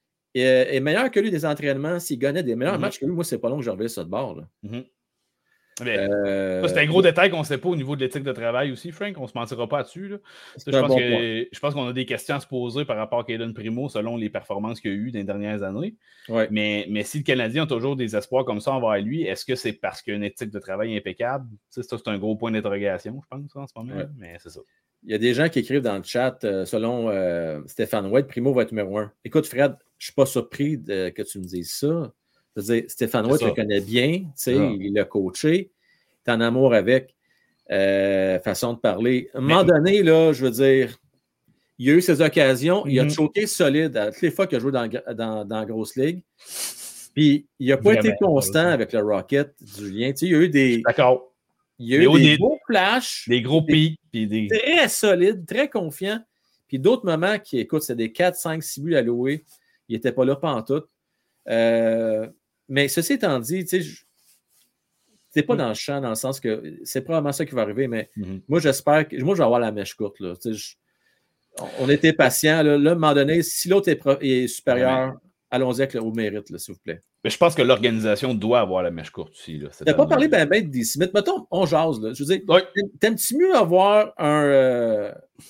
est, est meilleur que lui des entraînements, s'il gagnait des meilleurs mm-hmm. matchs que lui, moi, c'est pas long que je revienne ça de bord. Là. Mm-hmm. Euh, c'est un gros détail qu'on ne sait pas au niveau de l'éthique de travail aussi, Frank. On ne se mentira pas dessus. Là. Je, pense bon que, je pense qu'on a des questions à se poser par rapport à Caden Primo selon les performances qu'il y a eu dans les dernières années. Ouais. Mais, mais si le Canadien a toujours des espoirs comme ça envers lui, est-ce que c'est parce qu'il y a une éthique de travail impeccable? Ça, c'est un gros point d'interrogation, je pense, en ce moment. Ouais. Mais c'est ça. Il y a des gens qui écrivent dans le chat, euh, selon euh, Stéphane White, Primo va être numéro un. Écoute, Fred, je ne suis pas surpris de, que tu me dises ça. Je veux dire, Stéphane White le connaît bien, tu sais, il l'a coaché, tu es en amour avec, euh, façon de parler. À un moment donné, là, je veux dire, il a eu ses occasions, mm-hmm. il a choqué solide à toutes les fois qu'il a joué dans, dans, dans la grosse ligue. Puis, il n'a pas Vraiment, été constant avec le Rocket, Julien. Tu sais, il y a eu des. D'accord. Il y a eu des, des gros flashs. Des gros pics. Des... Très solides, très confiants. Puis d'autres moments qui, écoute, c'est des quatre, cinq, six buts alloués. Il n'était pas là pantoute. Euh, mais ceci étant dit, tu sais, c'est pas mm-hmm. dans le champ, dans le sens que c'est probablement ça qui va arriver, mais mm-hmm. moi, j'espère que. Moi, je vais avoir la mèche courte. Là. Tu sais, je, on était patient. Là, là, à un moment donné, si l'autre est, pro, est supérieur, ouais. allons-y avec le haut mérite, là, s'il vous plaît. Mais je pense que l'organisation doit avoir la mèche courte aussi. Tu n'as pas parlé ben, ben de D. Smith. Mettons, on jase. Là. Je veux dire, oui. T'aimes-tu mieux avoir un, euh,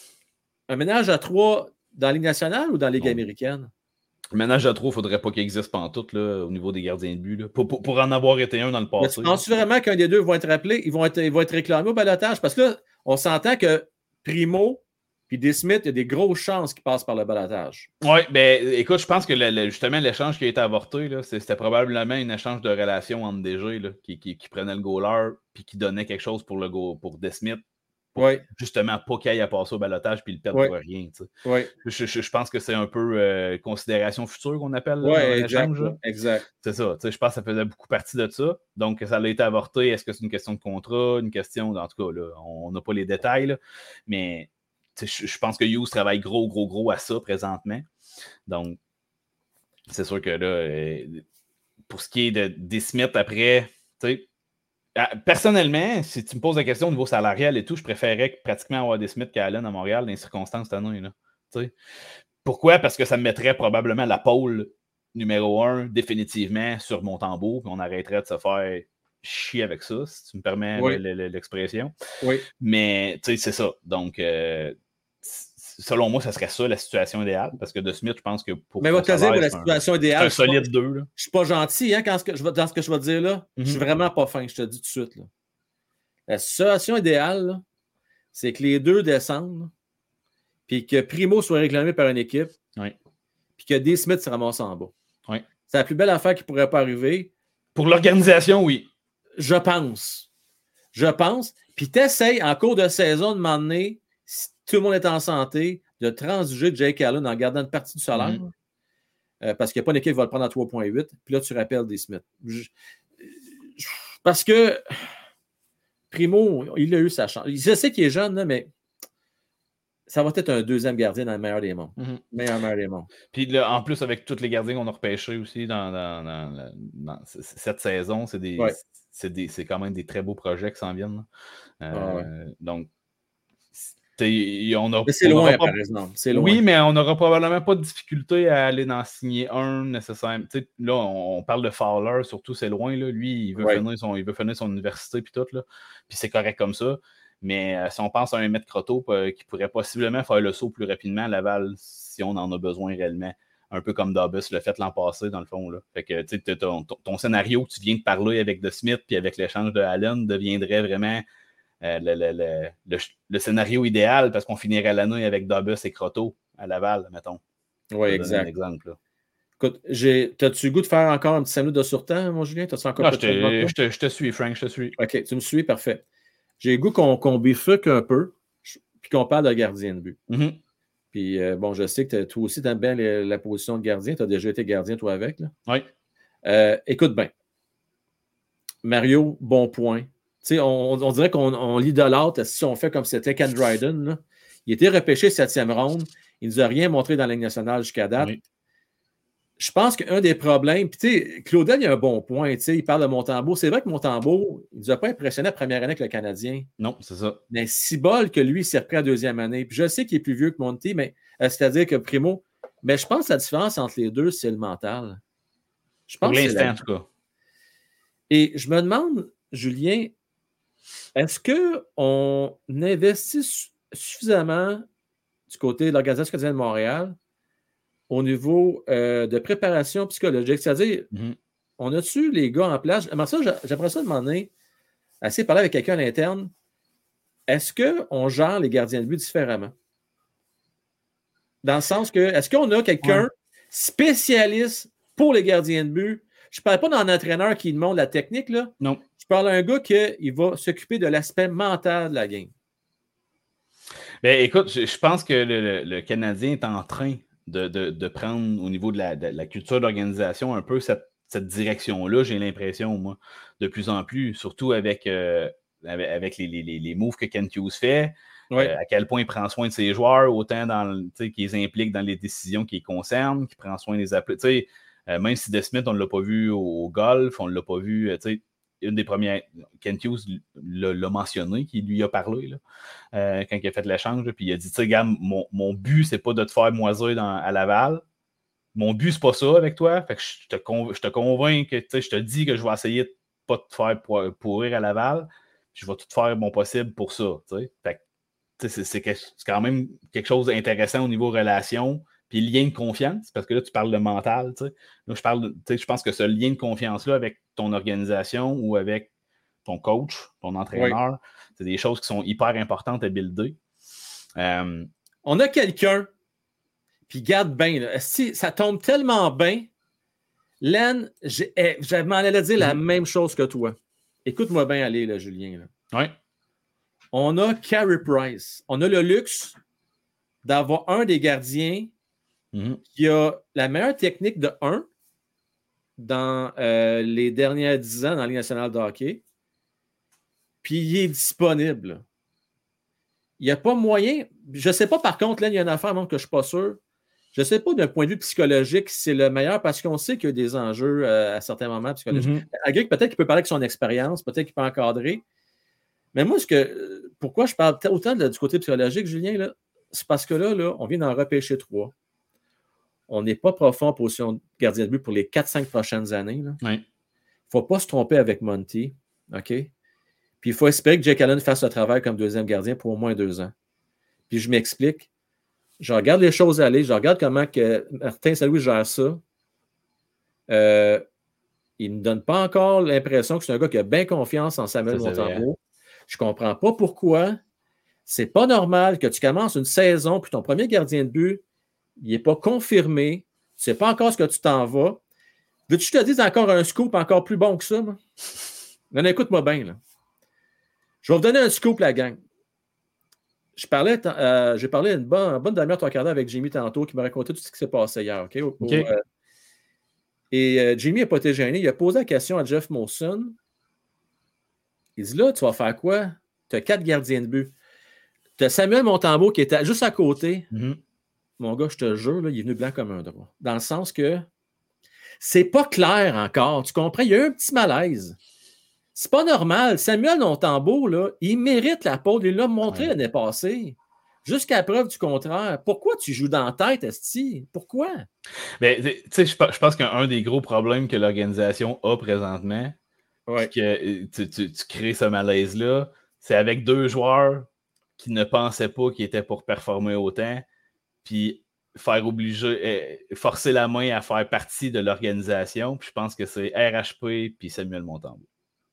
un ménage à trois dans la Ligue nationale ou dans la Ligue non. américaine? Le ménage à trois, il ne faudrait pas qu'il existe pantoute là, au niveau des gardiens de but. Là. Pour, pour, pour en avoir été un dans le passé. Penses-tu vraiment qu'un des deux va être rappelé? Ils vont être, ils vont être réclamés au balotage? Parce que là, on s'entend que Primo puis D. Smith, il y a des grosses chances qu'ils passent par le balotage. Oui, bien, écoute, je pense que le, le, justement, l'échange qui a été avorté, là, c'était probablement un échange de relations entre D G là, qui, qui, qui prenait le goaler puis qui donnait quelque chose pour, le go, pour D. Smith. Pour oui. Justement, pas qu'il aille à passer au balotage puis le perdre oui. pour rien. Oui. Je, je, je pense que c'est un peu euh, considération future qu'on appelle oui, là, exact, échange. Là. Exact. C'est ça. Je pense que ça faisait beaucoup partie de ça. Donc, ça a été avorté. Est-ce que c'est une question de contrat, une question. En tout cas, là, on n'a pas les détails, là, mais. Je, je pense que Hughes travaille gros, gros, gros à ça présentement. Donc, c'est sûr que là, euh, pour ce qui est de D. Smith après, tu sais, personnellement, si tu me poses la question au niveau salarial et tout, je préférais pratiquement avoir D. Smith qu'Allen à Montréal dans les circonstances cette année. Là, tu sais. Pourquoi? Parce que ça me mettrait probablement la pôle numéro un définitivement sur mon tambour, puis on arrêterait de se faire chier avec ça, si tu me permets oui. l'expression. Oui. Mais, tu sais, c'est ça. Donc, euh, selon moi, ça serait ça la situation idéale, parce que De Smith, je pense que pour. Mais va te dire, la situation un, idéale. Un solide deux. Là. Je suis pas gentil hein, quand ce que je, dans ce que je vais te dire là. Mm-hmm. Je suis vraiment pas fin, je te dis tout de suite. Là. La situation idéale, là, c'est que les deux descendent, puis que Primo soit réclamé par une équipe, oui. puis que D. Smith se ramasse en bas. Oui. C'est la plus belle affaire qui pourrait pas arriver. Pour l'organisation, oui. Je pense. Je pense. Puis t'essayes en cours de saison de m'emmener. Si tout le monde est en santé, de transiger Jake Allen en gardant une partie du salaire. Mm-hmm. Euh, parce qu'il n'y a pas une équipe qui va le prendre à trois virgule huit. Puis là, tu rappelles des Smith. Je, je, parce que Primo, il a eu sa chance. Je sais qu'il est jeune, là, mais ça va être un deuxième gardien dans le meilleur des mondes. Mm-hmm. Meilleur, meilleur des mondes. Puis là, en plus, avec tous les gardiens qu'on a repêchés aussi dans, dans, dans, dans cette saison, c'est des, ouais. c'est des, c'est quand même des très beaux projets qui s'en viennent. Euh, ah ouais. Donc, on a, mais c'est on loin, pas, par exemple. C'est loin. Oui, mais on n'aura probablement pas de difficulté à aller en signer un nécessairement. T'sais, là, on parle de Fowler, surtout, c'est loin. Là. Lui, il veut, ouais. finir son, il veut finir son université puis tout. Là. Puis c'est correct comme ça. Mais euh, si on pense à un maître Croteau euh, qui pourrait possiblement faire le saut plus rapidement à Laval si on en a besoin réellement. Un peu comme Dobus l'a fait l'an passé, dans le fond. Là. Fait que ton, ton, ton scénario que tu viens de parler avec De Smith puis avec l'échange de Allen deviendrait vraiment euh, le, le, le, le, le scénario idéal parce qu'on finirait l'année avec Dobus et Croteau à Laval, mettons. Oui, exact. Un exemple, là. Écoute, t'as-tu le goût de faire encore un petit cinq minutes de surtemps, mon Julien? T'as-tu encore non, je, te, je, te, je te suis, Frank, je te suis. OK, tu me suis, parfait. J'ai le goût qu'on qu'on bifurque un peu puis qu'on parle de gardien de but. Mm-hmm. Puis, euh, bon, je sais que toi aussi, tu aimes bien les, la position de gardien. Tu as déjà été gardien, toi, avec. Là. Oui. Euh, écoute bien. Mario, bon point. Tu sais, on, on dirait qu'on on l'idolâtre si on fait comme c'était Ken Dryden. Là. Il était repêché septième ronde. Il ne nous a rien montré dans la Ligue nationale jusqu'à date. Oui. Je pense qu'un des problèmes, puis tu sais, Claudel, il a un bon point, tu sais, il parle de Montembeault. C'est vrai que Montembeault, il ne nous a pas impressionné la première année avec le Canadien. Non, c'est ça. Mais si bol que lui, il s'est repris à la deuxième année. Puis je sais qu'il est plus vieux que Monty, mais euh, c'est-à-dire que Primo, mais je pense que la différence entre les deux, c'est le mental. Je pense Pour l'instant, la... en tout cas. Et je me demande, Julien, est-ce qu'on investit suffisamment du côté de l'Organisation canadienne de Montréal au niveau euh, de préparation psychologique? C'est-à-dire, mm-hmm. on a-tu les gars en place? Mais ça, j'aimerais ça demander, essayer de parler avec quelqu'un à l'interne. Est-ce qu'on gère les gardiens de but différemment? Dans le sens que, est-ce qu'on a quelqu'un ouais. spécialiste pour les gardiens de but? Je ne parle pas d'un entraîneur qui demande la technique, là. Non. Je parle d'un gars qui va s'occuper de l'aspect mental de la game. Bien, écoute, je, je pense que le, le, le Canadien est en train de, de, de prendre au niveau de la, de la culture d'organisation un peu cette, cette direction-là, j'ai l'impression, moi, de plus en plus, surtout avec, euh, avec, avec les, les, les moves que Kent Hughes fait, ouais. euh, à quel point il prend soin de ses joueurs, autant dans qu'il les implique dans les décisions qui les concernent, qu'il prend soin des appels. Euh, même si Desmith, on ne l'a pas vu au, au golf, on ne l'a pas vu, tu sais, une des premières, Kent Hughes l'a, l'a mentionné, qui lui a parlé là, euh, quand il a fait l'échange, là, puis il a dit, tu sais, gars, mon, mon but, c'est pas de te faire moisir dans, à Laval. Mon but, c'est pas ça avec toi. Fait que je te, conv- je te convainc que, tu sais, je te dis que je vais essayer de pas te faire pour, pourrir à Laval. Je vais tout faire mon possible pour ça, tu sais. Fait que, tu sais, c'est, c'est, c'est quand même quelque chose d'intéressant au niveau relation. Puis lien de confiance, parce que là, tu parles de mental, tu sais. Là, je parle, tu sais, je pense que ce lien de confiance-là avec ton organisation ou avec ton coach, ton entraîneur, oui. c'est des choses qui sont hyper importantes à builder. Euh, On a quelqu'un, puis garde bien, là, si ça tombe tellement bien, Len, j'ai, eh, je m'en allais dire mm-hmm. la même chose que toi. Écoute-moi bien aller, là, Julien. Là. Oui. On a Carey Price. On a le luxe d'avoir un des gardiens Mm-hmm. qui a la meilleure technique de un dans euh, les dernières dix ans dans la Ligue nationale de hockey. Puis il est disponible. Il n'y a pas moyen. Je ne sais pas, par contre, là, il y a une affaire même que je ne suis pas sûr. Je ne sais pas d'un point de vue psychologique si c'est le meilleur parce qu'on sait qu'il y a des enjeux euh, à certains moments psychologiques. Mm-hmm. Agric, peut-être qu'il peut parler avec son expérience, peut-être qu'il peut encadrer. Mais moi, ce que, pourquoi je parle autant de, du côté psychologique, Julien, là, c'est parce que là, là, on vient d'en repêcher trois. On n'est pas profond en position de gardien de but pour les quatre cinq prochaines années. Il ne oui. faut pas se tromper avec Monty. OK? Puis il faut espérer que Jake Allen fasse le travail comme deuxième gardien pour au moins deux ans. Puis je m'explique. Je regarde les choses aller. Je regarde comment que Martin Saint-Louis gère ça. Euh, il ne me donne pas encore l'impression que c'est un gars qui a bien confiance en Samuel Montembeault. Je ne comprends pas pourquoi. C'est pas normal que tu commences une saison puis ton premier gardien de but il n'est pas confirmé. Tu ne sais pas encore ce que tu t'en vas. Veux-tu que je te dise encore un scoop encore plus bon que ça? Moi? Non, écoute-moi bien. Là. Je vais vous donner un scoop, la gang. Je parlais, euh, j'ai parlé une bonne, une bonne demi-heure, trois quarts d'heure avec Jimmy tantôt qui m'a raconté tout ce qui s'est passé hier. Okay? Au, okay. Au, euh, et euh, Jimmy n'a pas été gêné. Il a posé la question à Jeff Molson. Il dit là, tu vas faire quoi? Tu as quatre gardiens de but. Tu as Samuel Montembeault qui était juste à côté. Mm-hmm. Mon gars, je te jure, là, il est venu blanc comme un drap. Dans le sens que c'est pas clair encore. Tu comprends? Il y a eu un petit malaise. C'est pas normal. Samuel Montembeault, là, il mérite la pole. Il l'a montré ouais. l'année passée. Jusqu'à preuve du contraire. Pourquoi tu joues dans la tête, Esti? Pourquoi? Ben, tu sais, je pense qu'un des gros problèmes que l'organisation a présentement, ouais. que tu, tu, tu crées ce malaise-là, c'est avec deux joueurs qui ne pensaient pas qu'ils étaient pour performer autant. Puis faire obliger, euh, forcer la main à faire partie de l'organisation. Puis je pense que c'est R H P puis Samuel Montembeault.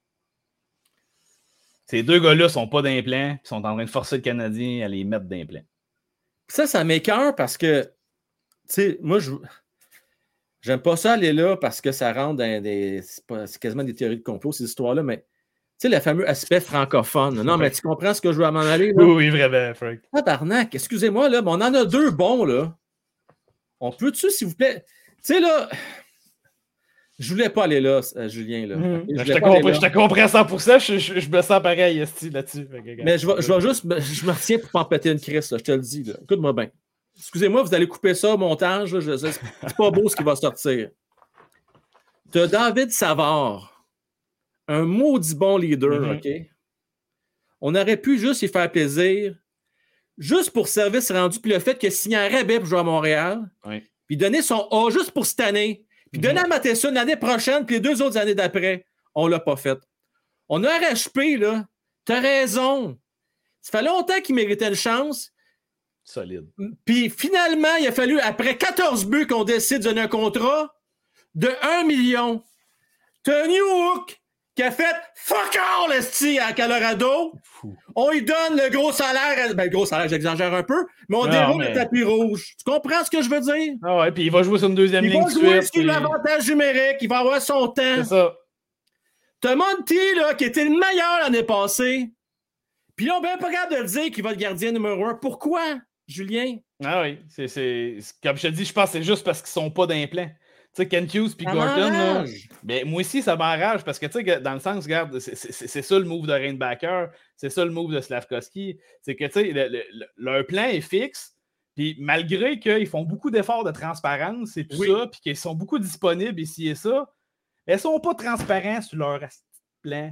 Ces deux gars-là sont pas d'implants, puis sont en train de forcer le Canadien à les mettre d'implants. Ça, ça m'écoeure parce que, tu sais, moi, je j'aime pas ça aller là parce que ça rentre dans des. C'est, pas, c'est quasiment des théories de complot, ces histoires-là, mais. Tu sais, le fameux aspect francophone. Non, mais tu comprends ce que je veux m'en aller? Là? Oui, oui, vraiment, Frank. Ah, tabarnak, excusez-moi, là, mais on en a deux bons, là. On peut-tu, s'il vous plaît? Tu sais, là, je voulais pas aller là, Julien, là. Mmh. Okay? Je, je, te compre- là. je te comprends cent pour cent, je, je, je me sens pareil, Esti, là-dessus. Mais je vais, je vais juste, je me retiens pour pas en péter une crise, là, je te le dis, là. Écoute-moi bien. Excusez-moi, vous allez couper ça au montage, là, je sais, c'est pas beau ce qui va sortir. Tu as David Savard. Un maudit bon leader, mm-hmm. OK? On aurait pu juste y faire plaisir, juste pour service rendu, puis le fait qu'il a signé un rabais pour jouer à Montréal, oui. puis donner son A juste pour cette année, puis mm-hmm. donner à Matheson l'année prochaine, puis les deux autres années d'après, on ne l'a pas fait. On a R H P, là. T'as raison. Ça fait longtemps qu'il méritait une chance. Solide. Puis finalement, il a fallu, après quatorze buts, qu'on décide de donner un contrat de un million. T'as New Hook qui a fait fuck all, esti, à Colorado. Fou. On lui donne le gros salaire. Ben, le gros salaire, j'exagère un peu, mais on non, déroule mais... le tapis rouge. Tu comprends ce que je veux dire? Ah ouais, puis il va jouer sur une deuxième il ligne. Il va jouer sur puis... l'avantage numérique. Il va avoir son temps. C'est ça. T'as Monty, là, qui était le meilleur l'année passée. Puis là, on n'est pas capable de le dire qu'il va être gardien numéro un. Pourquoi, Julien? Ah oui, c'est, c'est... comme je te dis, je pense que c'est juste parce qu'ils sont pas d'implants. Tu sais, Kent Hughes puis Gordon, là, ben, moi aussi, ça m'enrage parce que, tu sais, dans le sens, regarde, c'est, c'est, c'est ça le move de Reinbacker, c'est ça le move de Slavkovski. C'est que, tu sais, le, le, le, leur plan est fixe, puis malgré qu'ils font beaucoup d'efforts de transparence et tout oui. ça, puis qu'ils sont beaucoup disponibles ici et ça, ils sont pas transparents sur leur plan.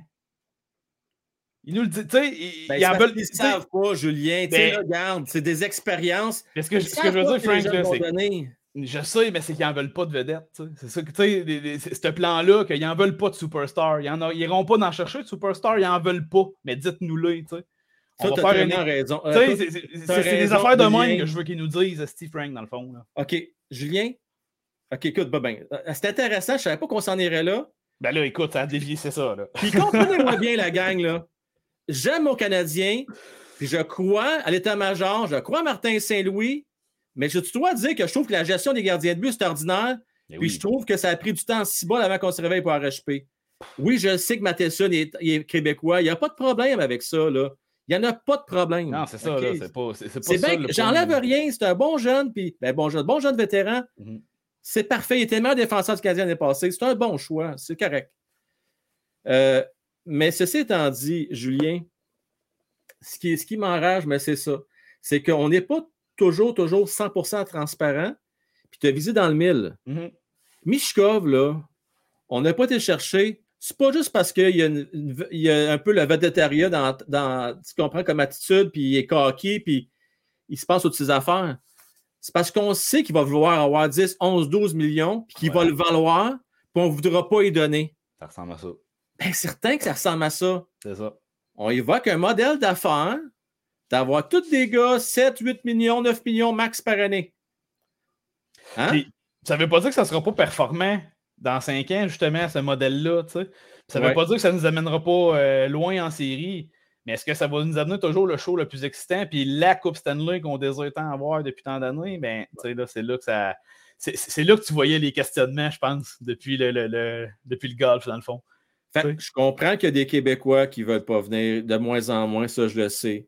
Ils nous le disent, tu sais, ils, ben, ils en veulent. Ils ne savent pas, Julien. Tu sais, regarde, c'est des expériences. Ce que, ce que je veux dire, Frank, là, c'est. Donner. Je sais, mais c'est qu'ils n'en veulent pas de vedette. T'sais. C'est ça que, tu sais, ce plan-là, qu'ils n'en veulent pas de superstar. Ils n'iront pas d'en chercher de superstar, ils n'en veulent pas. Mais dites-nous-le, tu sais. On ça, va faire une raison. Euh, c'est c'est, c'est, c'est des affaires de même que je veux qu'ils nous disent, Steve Frank, dans le fond. Là. OK. Julien? OK, écoute, ben, ben, c'est intéressant. Je ne savais pas qu'on s'en irait là. Ben là, écoute, ça a dévié, c'est ça. Là. Puis comprenez-moi bien, la gang, là. J'aime mon Canadien, puis je crois à l'état-major, je crois à Martin Saint-Louis, mais je dois dire que je trouve que la gestion des gardiens de but, c'est ordinaire, mais puis oui. je trouve que ça a pris du temps si bon avant qu'on se réveille pour R H P. Oui, je sais que Matheson est, est québécois, il n'y a pas de problème avec ça, là. Il n'y en a pas de problème. Non, c'est ça, okay. là, c'est pas, c'est, c'est pas c'est ça. Bien, j'enlève point. Rien, c'est un bon jeune, puis ben, bon jeune, bon jeune vétéran. Mm-hmm. C'est parfait, il était le meilleur défenseur du Canadien l'année passée, c'est un bon choix, c'est correct. Euh, mais ceci étant dit, Julien, ce qui, ce qui m'enrage, mais c'est ça, c'est qu'on n'est pas toujours, toujours cent pour cent transparent, puis tu as visé dans le mille. Mm-hmm. Michkov, là, on n'a pas été chercher. C'est pas juste parce qu'il y a, une, une, il y a un peu le vedettariat dans, dans, tu comprends, comme attitude, puis il est coquille, puis il se passe au-dessus des affaires. C'est parce qu'on sait qu'il va vouloir avoir dix, onze, douze millions, puis qu'il ouais. va le valoir, puis on ne voudra pas y donner. Ça ressemble à ça. Bien, certain que ça ressemble à ça. C'est ça. On évoque un modèle d'affaires d'avoir tous des gars sept, huit millions, neuf millions max par année. Hein? Puis, ça ne veut pas dire que ça ne sera pas performant dans cinq ans, justement, ce modèle-là. Tu sais. Ça ne veut ouais. pas dire que ça ne nous amènera pas euh, loin en série, mais est-ce que ça va nous amener toujours le show le plus excitant, puis la Coupe Stanley qu'on désire tant avoir depuis tant d'années? Ben, tu sais, là, c'est là que ça. C'est, c'est là que tu voyais les questionnements, je pense, depuis le, le, le, depuis le golf, dans le fond. Fait, oui. Je comprends qu'il y a des Québécois qui ne veulent pas venir de moins en moins, ça je le sais.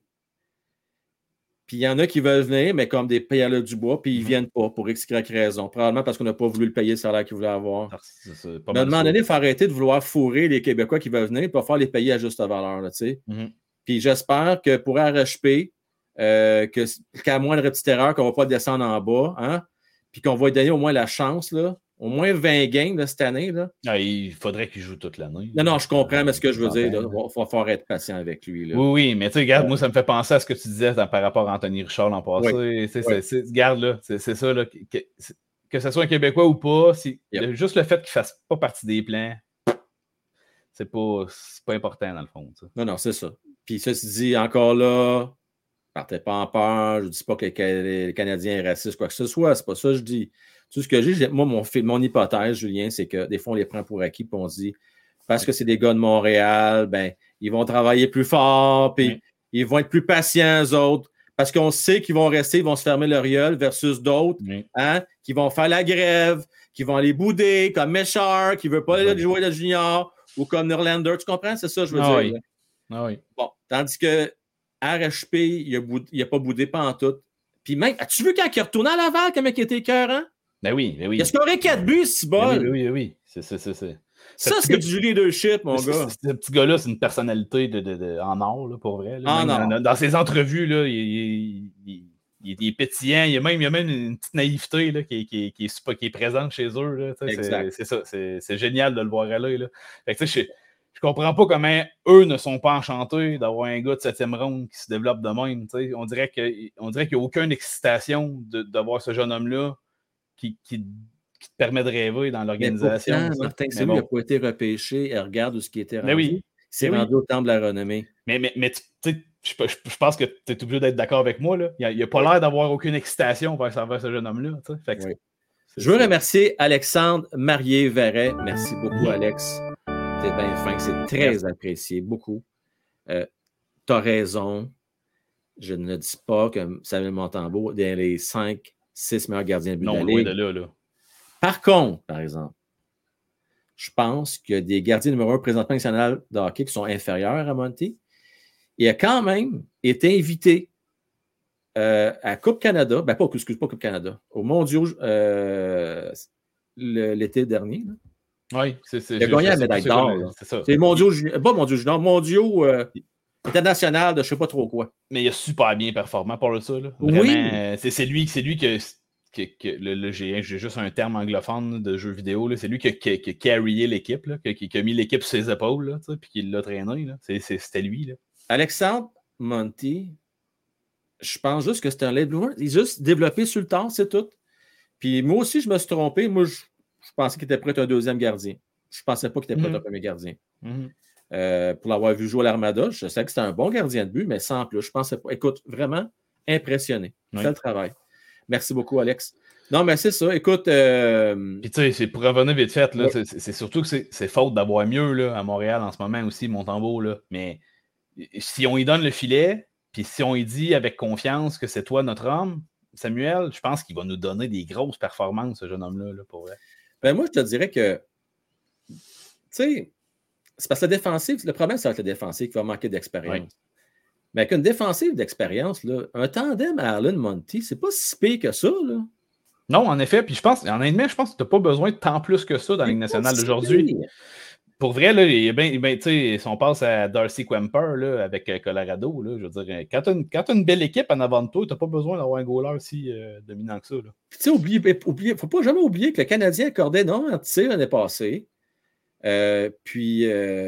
Puis il y en a qui veulent venir, mais comme des Pierre-Luc Dubois, puis ils ne mm-hmm. viennent pas pour X Y raison. Probablement parce qu'on n'a pas voulu le payer le salaire qu'ils voulaient avoir. C'est, c'est pas mais à un moment donné, il faut arrêter de vouloir fourrer les Québécois qui veulent venir pour faire les payer à juste valeur. Là, mm-hmm. Puis j'espère que pour R H P, euh, que, qu'à moindre petite erreur, qu'on ne va pas descendre en bas, hein, puis qu'on va lui donner au moins la chance, là. Au moins vingt games là, cette année. Là. Ah, il faudrait qu'il joue toute l'année. Non, non, je comprends, mais ce que je veux dire, il va falloir être patient avec lui. Là. Oui, oui, mais tu sais, regarde, moi, ça me fait penser à ce que tu disais par rapport à Anthony Richard l'an passé. Oui. C'est, oui. c'est, c'est, regarde, là, c'est, c'est ça, là, que, que ce soit un Québécois ou pas, c'est, yep. juste le fait qu'il ne fasse pas partie des plans, c'est pas, c'est pas important, dans le fond. T'sais. Non, non, c'est ça. Puis ça se dit, encore là, partez pas en peur, je ne dis pas que les Canadiens sont racistes, quoi que ce soit, c'est pas ça que je dis. Tout ce que j'ai, moi, mon, mon hypothèse, Julien, c'est que des fois, on les prend pour acquis, puis on se dit, parce que c'est des gars de Montréal, ben, ils vont travailler plus fort, puis oui. ils vont être plus patients, eux autres, parce qu'on sait qu'ils vont rester, ils vont se fermer leur gueule versus d'autres, oui. hein, qui vont faire la grève, qui vont aller bouder, comme Méchard, qui ne veut pas oui. aller jouer le junior, ou comme Norlander, tu comprends? C'est ça que je veux ah dire. Oui. Ah oui. Bon, tandis que R H P, il n'a pas boudé pantoute. Puis même, as-tu vu quand il est retourné à Laval, comment il était écœurant? Ben oui, ben oui. Il a scoré quatre buts, si bol. Ben oui, oui, oui. C'est, c'est, c'est, c'est. Ça, c'est du leadership, mon c'est, gars. C'est, ce petit gars-là, c'est une personnalité de, de, de, en or, là, pour vrai. Là. En or. Dans, dans ses entrevues, là, il, il, il, il, il est pétillant. Il y a même, il y a même une petite naïveté là, qui, qui, qui, est, qui est présente chez eux. Là, c'est, c'est ça. C'est, c'est génial de le voir aller. Là. Fait que, je, je comprends pas comment eux ne sont pas enchantés d'avoir un gars de septième ronde qui se développe de même. T'sais. On dirait, que, on dirait qu'il n'y a aucune excitation de, de voir ce jeune homme-là qui, qui qui te permet de rêver dans l'organisation. Mais pourtant, Martin Saint-Louis n'a pas été repêché. Elle regarde où ce qui était rendu. Mais oui. C'est oui. rendu au temple de la renommée. Mais, mais, mais tu sais, je, je, je pense que tu es obligé d'être d'accord avec moi. Là. Il n'a pas oui. l'air d'avoir aucune excitation vers, vers ce jeune homme-là. Fait que oui. Je veux ça. remercier Alexandre Marier-Verret. Merci beaucoup, Alex. C'est bien fin. C'est très Merci. apprécié. Beaucoup. Euh, tu as raison. Je ne dis pas que Samuel Montembeault est dans les cinq six meilleurs gardiens de but de la Ligue. De là, là. Par contre, par exemple, je pense qu'il y a des gardiens numéro un présentement national de hockey qui sont inférieurs à Monty. Il a quand même été invité euh, à Coupe Canada, ben pas, excuse pas Coupe Canada, au Mondiaux euh, le, l'été dernier. Là. Oui, c'est ça. Il a gagné la médaille d'or. C'est ça. C'est Mondiaux, il... pas Mondiaux junior, Mondiaux euh, international de je ne sais pas trop quoi. Mais il a super bien performant pour ça. Là. Vraiment, oui. C'est, c'est lui, c'est lui que. Que, que, le, le, j'ai, j'ai juste un terme anglophone de jeu vidéo. Là. C'est lui qui a, qui, qui a carryé l'équipe, là, qui, qui a mis l'équipe sur ses épaules, là, puis qui l'a traîné. Là. C'est, c'est, c'était lui. Là. Alexandre Monty, je pense juste que c'était un late bloomer. Il est juste développé sur le temps, c'est tout. Puis moi aussi, je me suis trompé. Moi, je, je pensais qu'il était prêt un deuxième gardien. Je ne pensais pas qu'il était prêt mm-hmm. un premier gardien. Mm-hmm. Euh, pour l'avoir vu jouer à l'Armada, je sais que c'était un bon gardien de but, mais sans plus. Je pensais pas. Écoute, vraiment impressionné. Oui. Fait le travail. Merci beaucoup, Alex. Non, mais c'est ça. Écoute. Euh... Puis, tu sais, c'est pour revenir vite fait, là, ouais. c'est, c'est surtout que c'est, c'est faute d'avoir mieux là, à Montréal en ce moment aussi, Montembeault. Là. Mais si on lui donne le filet, puis si on lui dit avec confiance que c'est toi notre homme, Samuel, je pense qu'il va nous donner des grosses performances, ce jeune homme-là, là, pour vrai. Ben, moi, je te dirais que. Tu sais, c'est parce que la défensive, le problème, c'est avec la défensive qui va manquer d'expérience. Oui. Mais avec une défensive d'expérience, là, un tandem à Arlen Monty, c'est pas si pire que ça. Là. Non, en effet. Puis je pense, en honnêtement, je pense que tu n'as pas besoin de tant plus que ça dans la Ligue nationale d'aujourd'hui. Pour vrai, là, il est ben, ben, si on passe à Darcy Kemper là, avec Colorado, là, je veux dire, quand tu as une, une belle équipe en avant de toi, tu n'as pas besoin d'avoir un goaler si euh, dominant que ça. Tu sais, oubliez, oubliez, faut pas jamais oublier que le Canadien accordait non un tir l'année passée. Euh, puis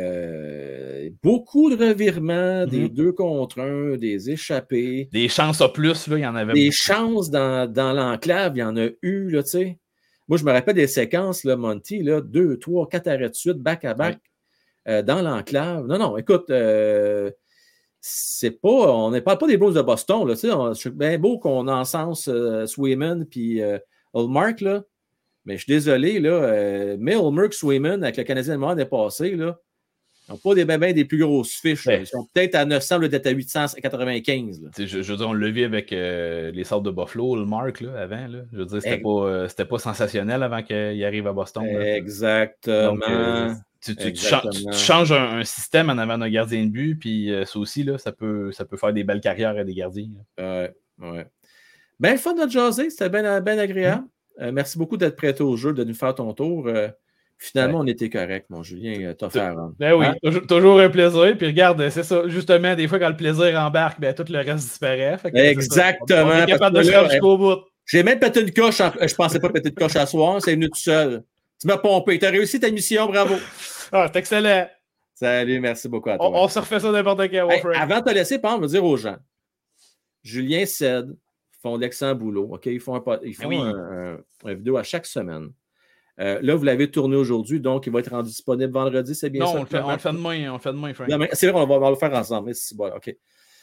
euh, beaucoup de revirements, mm-hmm. des deux contre un, des échappées. Des chances à plus, là, il y en avait Des beaucoup. chances dans, dans l'enclave, il y en a eu, là, tu sais. Moi, je me rappelle des séquences, là, Monty, là, deux, trois, quatre arrêts de suite, back-à-back, ouais. euh, dans l'enclave. Non, non, écoute, euh, c'est pas, on ne parle pas des Blues de Boston, là, tu sais. C'est bien beau qu'on encense euh, Swayman puis euh, Ullmark, là. Mais je suis désolé, là, euh, mais Ullmark, Swayman, avec le Canadien de Montréal dépassé, là, ils n'ont pas des, ben, ben, des plus grosses fiches. Ouais. Ils sont peut-être à neuf cents, là, d'être à huit cent quatre-vingt-quinze. Là. Je, je veux dire, on l'a vu avec euh, les Sables de Buffalo, le Mark, là, avant. Là. Je veux dire, c'était, pas, euh, c'était pas sensationnel avant qu'il arrive à Boston. Là. Exactement. Donc, euh, tu, tu, Exactement. Tu, tu changes un, un système en avant d'un gardien de but, puis euh, ça aussi, là, ça, peut, ça peut faire des belles carrières à des gardiens. Ouais, ouais. Ben, le fun de jaser, c'était bien ben agréable. Mm. Euh, merci beaucoup d'être prêté au jeu, de nous faire ton tour. Euh, finalement, ouais. on était correct, mon Julien. T'as fait à Ben oui, hein? toujours, toujours un plaisir. Puis regarde, c'est ça. Justement, des fois, quand le plaisir embarque, ben, tout le reste disparaît. Fait que, exactement. On est capable de se faire jusqu'au bout. J'ai même pété une coche. En... Je pensais pas péter une coche à soir. C'est venu tout seul. Tu m'as pompé. Tu as réussi ta mission. Bravo. Ah, c'est excellent. Salut. Merci beaucoup à toi. On, on se refait ça n'importe quel. Hey, avant de te laisser, par exemple, je veux dire aux gens, Julien Cède font d'excellent boulot. OK? Ils font, un, ils font oui. un, un, un vidéo à chaque semaine. Euh, là, vous l'avez tourné aujourd'hui, donc il va être rendu disponible vendredi, c'est bien non, ça? Non, on le fait, on le fait demain, on le fait demain, Frank. Non, mais c'est vrai, on va, on va le faire ensemble. Mais c'est bon, OK.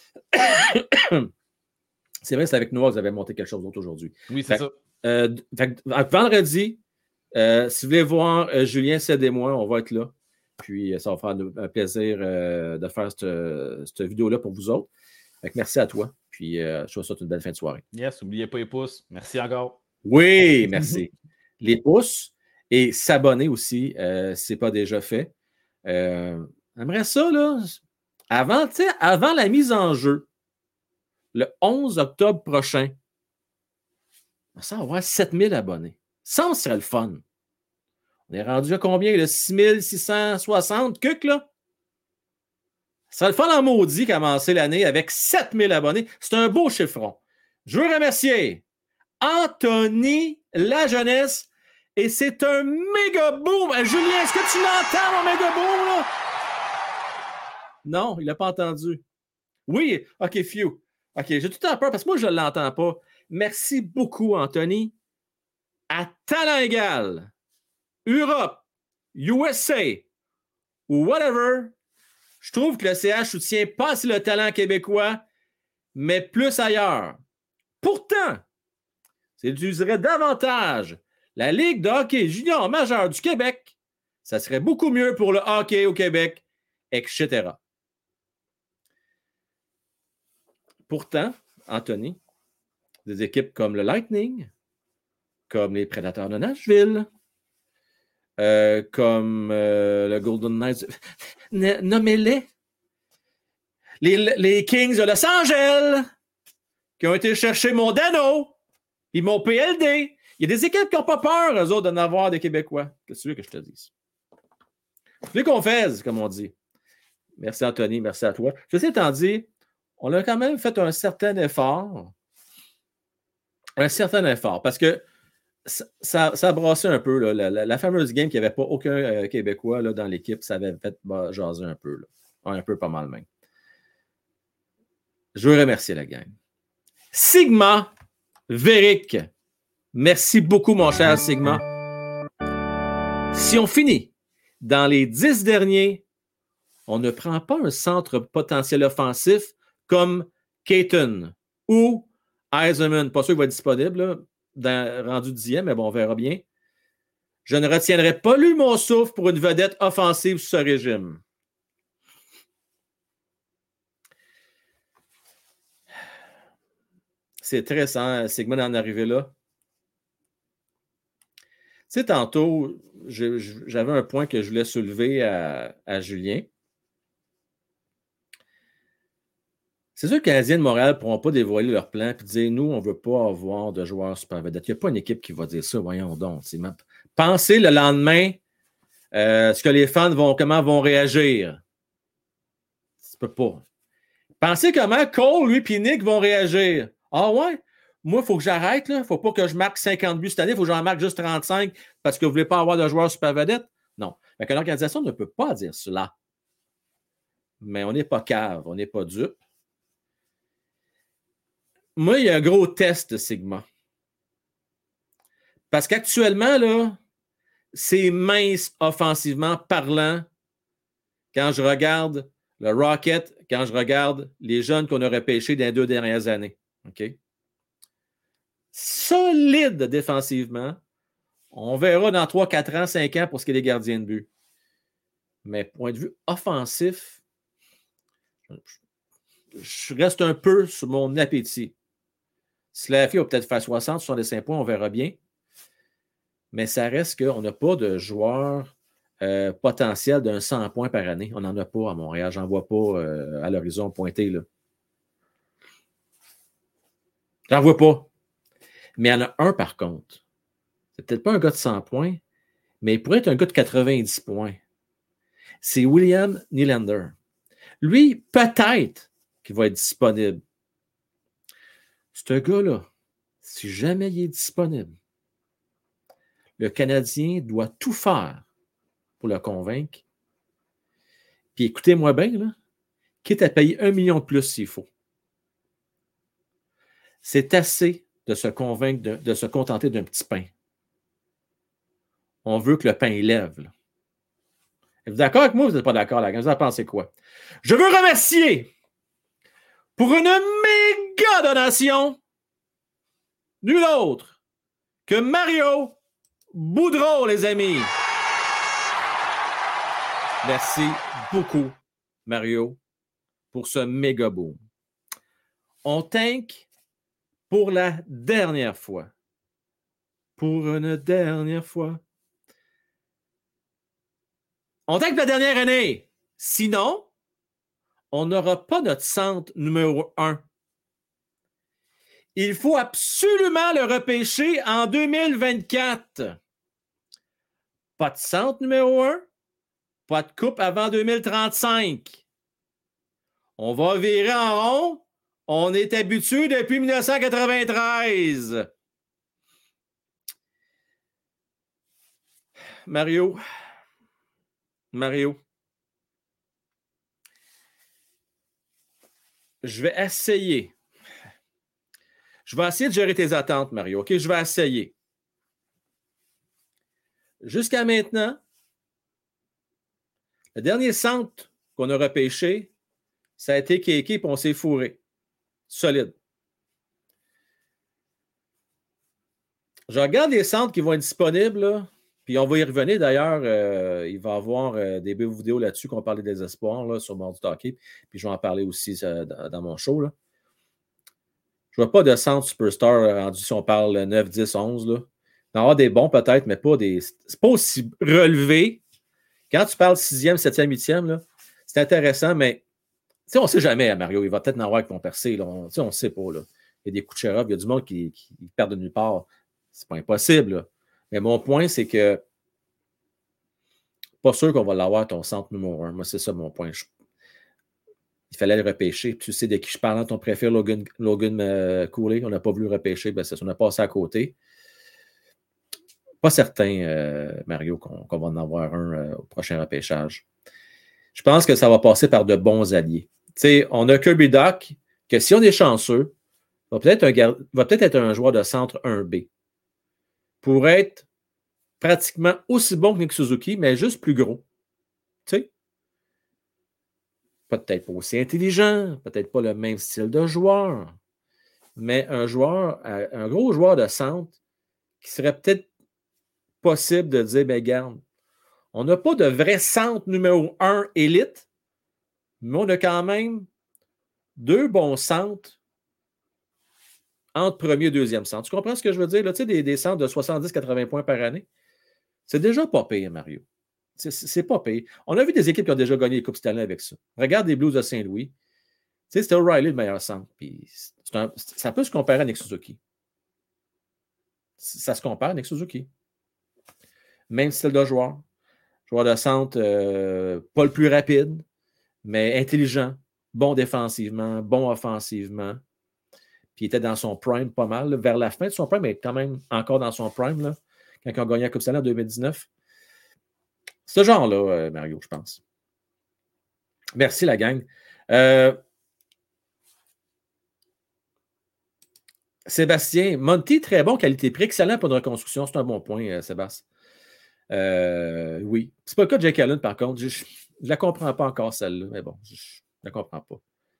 C'est vrai, c'est avec nous, vous avez monté quelque chose d'autre aujourd'hui. Oui, c'est fait, ça. Euh, fait, vendredi, euh, si vous voulez voir euh, Julien, Cède et moi, on va être là. Puis, ça va faire un plaisir euh, de faire cette, cette vidéo-là pour vous autres. Fait que merci à toi. Puis, euh, je vous souhaite une belle fin de soirée. Yes, n'oubliez pas les pouces. Merci encore. Oui, merci. Les pouces et s'abonner aussi, euh, si ce n'est pas déjà fait. Euh, j'aimerais ça, là, avant, avant la mise en jeu, le onze octobre prochain, ça va avoir sept mille abonnés. Ça, ce serait le fun. On est rendu à combien? Le six mille six cent soixante, cuc, là? Ça le fun en maudit commencer l'année avec sept mille abonnés. C'est un beau chiffron. Je veux remercier Anthony La Jeunesse et c'est un méga boom. Julien, est-ce que tu l'entends, mon méga boom, là? Non, il l'a pas entendu. Oui, OK, few. OK, j'ai tout le temps peur parce que moi, je ne l'entends pas. Merci beaucoup, Anthony. À talent égal, Europe, U S A ou whatever, Je trouve que le C H soutient pas assez le talent québécois, mais plus ailleurs. Pourtant, s'utiliserait davantage la Ligue de hockey junior majeur du Québec, ça serait beaucoup mieux pour le hockey au Québec, et cetera. Pourtant, Anthony, des équipes comme le Lightning, comme les Prédateurs de Nashville, euh, comme euh, le Golden Knights, nommez-les, les, les Kings de Los Angeles, qui ont été chercher mon Dano, puis mon P L D. Il y a des équipes qui n'ont pas peur, eux autres, d'en avoir des Québécois. Qu'est-ce que tu veux que je te dise? Plus qu'on fait, comme on dit. Merci, Anthony. Merci à toi. Ceci étant dit, on a quand même fait un certain effort. Un certain effort. Parce que ça, ça, ça a brassé un peu. Là, la, la, la fameuse game qui n'avait pas aucun euh, Québécois là, dans l'équipe, ça avait fait bah, jaser un peu. Là. Un peu pas mal même. Je veux remercier la gang. Sigma Véric. Merci beaucoup, mon cher Sigma. Si on finit dans les dix derniers, on ne prend pas un centre potentiel offensif comme Caton ou Eisenman. Pas sûr qu'il va être disponible, là, dans, rendu dixième, mais bon, on verra bien. Je ne retiendrai pas lui mon souffle pour une vedette offensive sous ce régime. C'est intéressant, Sigma, d'en arriver là. Tu sais, tantôt, je, je, j'avais un point que je voulais soulever à, à Julien. C'est sûr que les Canadiens de Montréal ne pourront pas dévoiler leur plan et dire « Nous, on ne veut pas avoir de joueurs super vedettes. » Il n'y a pas une équipe qui va dire ça, voyons donc. Pensez le lendemain euh, ce que les fans vont, comment vont réagir. Tu peux pas. Pensez comment Cole, lui, et Nick vont réagir. Ah ouais? Moi, il faut que j'arrête. Il ne faut pas que je marque cinquante buts cette année. Il faut que j'en marque juste trente-cinq parce que vous ne voulez pas avoir de joueurs super vedettes. Non. Donc, l'organisation ne peut pas dire cela. Mais on n'est pas cave, on n'est pas dupe. Moi, il y a un gros test de Sigma. Parce qu'actuellement, là, c'est mince offensivement parlant quand je regarde le Rocket, quand je regarde les jeunes qu'on a repêchés dans les deux dernières années. OK? Solide défensivement. On verra dans trois, quatre ans, cinq ans pour ce qui est des gardiens de but. Mais point de vue offensif, je reste un peu sur mon appétit. Slaffy va peut-être faire soixante, soixante-cinq points, on verra bien. Mais ça reste qu'on n'a pas de joueurs euh, potentiels d'un cent points par année. On n'en a pas à Montréal. J'en vois pas euh, à l'horizon pointé. Là. J'en vois pas. Mais il y en a un par contre. C'est peut-être pas un gars de cent points, mais il pourrait être un gars de quatre-vingt-dix points. C'est William Nylander. Lui, peut-être qu'il va être disponible. Ce gars-là, si jamais il est disponible, le Canadien doit tout faire pour le convaincre. Puis écoutez-moi bien, là, quitte à payer un million de plus s'il faut. C'est assez de se convaincre, de, de se contenter d'un petit pain. On veut que le pain il lève. Là. Êtes-vous d'accord avec moi ou vous n'êtes pas d'accord? Là? Vous en pensez quoi? Je veux remercier pour une méga donation nul autre que Mario Boudreau, les amis. Merci beaucoup, Mario, pour ce méga boom. On tank pour la dernière fois. Pour une dernière fois. On tank pour la dernière année. Sinon, on n'aura pas notre centre numéro un. Il faut absolument le repêcher en deux mille vingt-quatre. Pas de centre numéro un, pas de coupe avant deux mille trente-cinq. On va virer en rond. On est habitué depuis dix-neuf cent quatre-vingt-treize. Mario. Mario. Je vais essayer. Je vais essayer de gérer tes attentes, Mario. OK? Je vais essayer. Jusqu'à maintenant, le dernier centre qu'on a repêché, ça a été Kéké, puis on s'est fourré. Solide. Je regarde les centres qui vont être disponibles, là, puis on va y revenir d'ailleurs. Euh, il va y avoir euh, des vidéos là-dessus qu'on parlait des espoirs là, sur Mardi Hockey, puis je vais en parler aussi euh, dans, dans mon show. Là. Je ne vois pas de centre superstar rendu si on parle neuf, dix, onze. Là. Il va y avoir des bons peut-être, mais pas des. C'est pas aussi relevé. Quand tu parles sixième, septième, huitième, là, c'est intéressant, mais on ne sait jamais, Mario. Il va peut-être en avoir qui vont percer. Là. On ne sait pas. Là. Il y a des coups de chérub, il y a du monde qui, qui perd de nulle part. C'est pas impossible. Là. Mais mon point, c'est que pas sûr qu'on va l'avoir ton centre numéro un. Moi, c'est ça mon point. Je... Il fallait le repêcher. Puis tu sais de qui je parle, ton préféré, Logan, Logan euh, Cooley. On n'a pas voulu le repêcher. Ben, c'est ça, on a passé à côté. Pas certain, euh, Mario, qu'on, qu'on va en avoir un euh, au prochain repêchage. Je pense que ça va passer par de bons alliés. Tu sais, on a Kirby Dach, que si on est chanceux, va peut-être, un, va peut-être être un joueur de centre un B. Pour être pratiquement aussi bon que Nick Suzuki, mais juste plus gros. Tu sais? Peut-être pas aussi intelligent, peut-être pas le même style de joueur, mais un joueur, un gros joueur de centre qui serait peut-être possible de dire, ben garde, on n'a pas de vrai centre numéro un élite, mais on a quand même deux bons centres entre premier et deuxième centre. Tu comprends ce que je veux dire? Là, tu sais, des, des centres de soixante-dix à quatre-vingts points par année. C'est déjà pas payé, Mario. C'est, c'est pas payé. On a vu des équipes qui ont déjà gagné les Coupes Stanley avec ça. Regarde les Blues de Saint-Louis. Tu sais, c'était O'Reilly le meilleur centre. Puis c'est un, ça peut se comparer à Nick Suzuki. Ça se compare à Nick Suzuki. Même style de joueur. Joueur de centre, euh, pas le plus rapide, mais intelligent, bon défensivement, bon offensivement. Puis il était dans son prime pas mal. Là. Vers la fin de son prime, mais quand même encore dans son prime, là, quand ils ont gagné la Coupe Stanley en deux mille dix-neuf. Ce genre-là, euh, Mario, je pense. Merci, la gang. Euh, Sébastien, Monty, très bon, qualité-prix, excellent pour une reconstruction. C'est un bon point, euh, Sébastien. Euh, oui. C'est pas le cas de Jake Allen, par contre. Je ne la comprends pas encore, celle-là. Mais bon, je ne la comprends pas.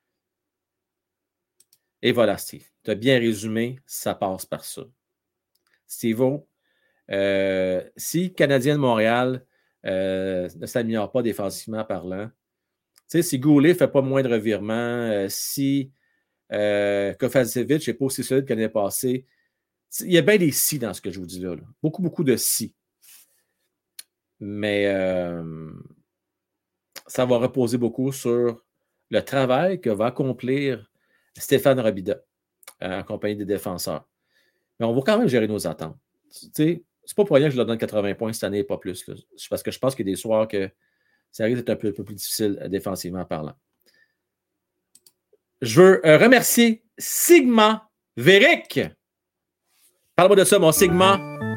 Et voilà, Steve. Tu as bien résumé, ça passe par ça. Steve-O, euh, si Canadien de Montréal euh, ne s'améliore pas défensivement parlant, tu sais, si Goulet ne fait pas moins de revirements, euh, si euh, Kovacevic n'est pas aussi solide que l'année passée, il y a bien des si dans ce que je vous dis là. là. Beaucoup, beaucoup de si. Mais euh, ça va reposer beaucoup sur le travail que va accomplir Stéphane Robida euh, en compagnie des défenseurs. Mais on va quand même gérer nos attentes. Tu sais, c'est pas pour rien que je leur donne quatre-vingts points cette année et pas plus. Là. C'est parce que je pense qu'il y a des soirs que ça risque d'être un peu, un peu plus difficile euh, défensivement parlant. Je veux euh, remercier Sigma Véric. Parle-moi de ça, mon Sigma.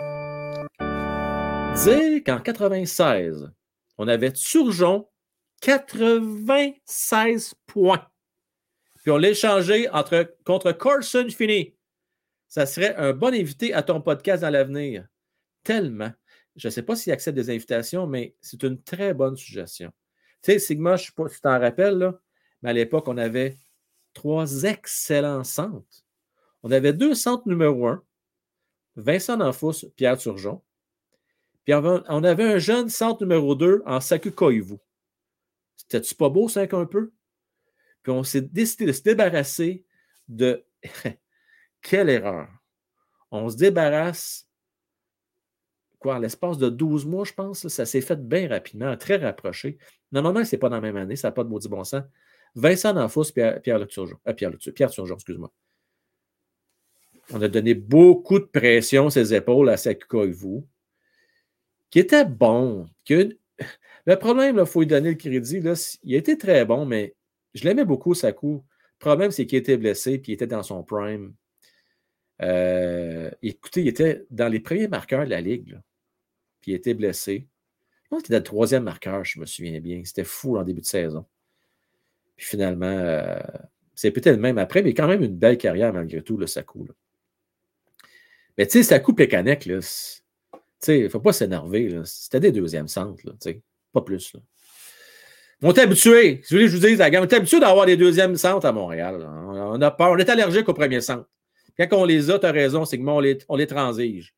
Dire qu'en quatre-vingt-seize, on avait Turgeon quatre-vingt-seize points. Puis on l'a échangé entre, contre Carson Finney. Ça serait un bon invité à ton podcast dans l'avenir. Tellement. Je ne sais pas s'il accepte des invitations, mais c'est une très bonne suggestion. Tu sais, Sigma, je ne sais pas si tu t'en rappelles, là, mais à l'époque, on avait trois excellents centres. On avait deux centres numéro un, Vincent D'Anfous, Pierre Turgeon. Puis on avait un jeune centre numéro deux en Saku Koivu. C'était-tu pas beau, ça, un peu? Puis on s'est décidé de se débarrasser de... Quelle erreur! On se débarrasse, quoi, en l'espace de douze mois, je pense, là, ça s'est fait bien rapidement, très rapproché. Normalement, ce n'est pas dans la même année, ça n'a pas de maudit bon sens. Vincent D'Anfous, Pierre, Pierre Turgeon. Euh, Pierre, Pierre Turgeon, excuse-moi. On a donné beaucoup de pression sur ses épaules à Saku Koivu, qui était bon. Qui a... Le problème, il faut lui donner le crédit. Là, il a été très bon, mais je l'aimais beaucoup, Saku. Le problème, c'est qu'il était blessé puis il était dans son prime. Euh, écoutez, il était dans les premiers marqueurs de la Ligue. Là. Puis il était blessé. Je pense qu'il était le troisième marqueur, je me souviens bien. C'était fou en début de saison. Puis finalement, euh, c'est peut-être le même après, mais quand même une belle carrière malgré tout, le Saku. Là. Mais tu sais, Saku Plekanec, là, il ne faut pas s'énerver. Là. C'était des deuxièmes centres, là, pas plus. Là. On est habitué, si vous voulez que je vous dise, la gamme, on est habitué d'avoir des deuxièmes centres à Montréal. On a peur, on est allergique au premier centre. Quand on les a, tu as raison, c'est que moi, on les, on les transige.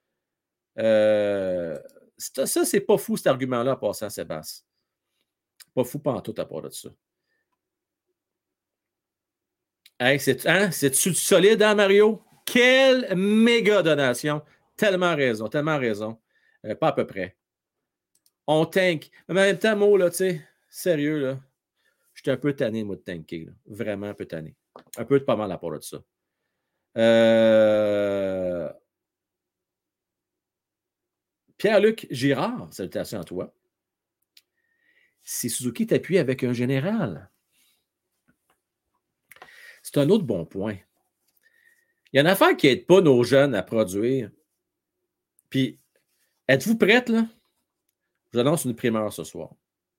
Euh, ça, c'est pas fou, cet argument-là, en passant, Sébastien. Pas fou pantoute à part de ça. Hey, c'est, hein, c'est-tu solide, hein, Mario? Quelle méga donation! Tellement raison, tellement raison. Euh, pas à peu près. On tank. Mais en même temps, mot, là, tu sais, sérieux, là, j'étais un peu tanné, moi, de tanker. Là. Vraiment un peu tanné. Un peu pas mal à part de ça. Euh... Pierre-Luc Girard, salutations à toi. Si Suzuki t'appuie avec un général. C'est un autre bon point. Il y a une affaire qui n'aide pas nos jeunes à produire. Puis, êtes-vous prête, là? Je vous annonce une primeur ce soir.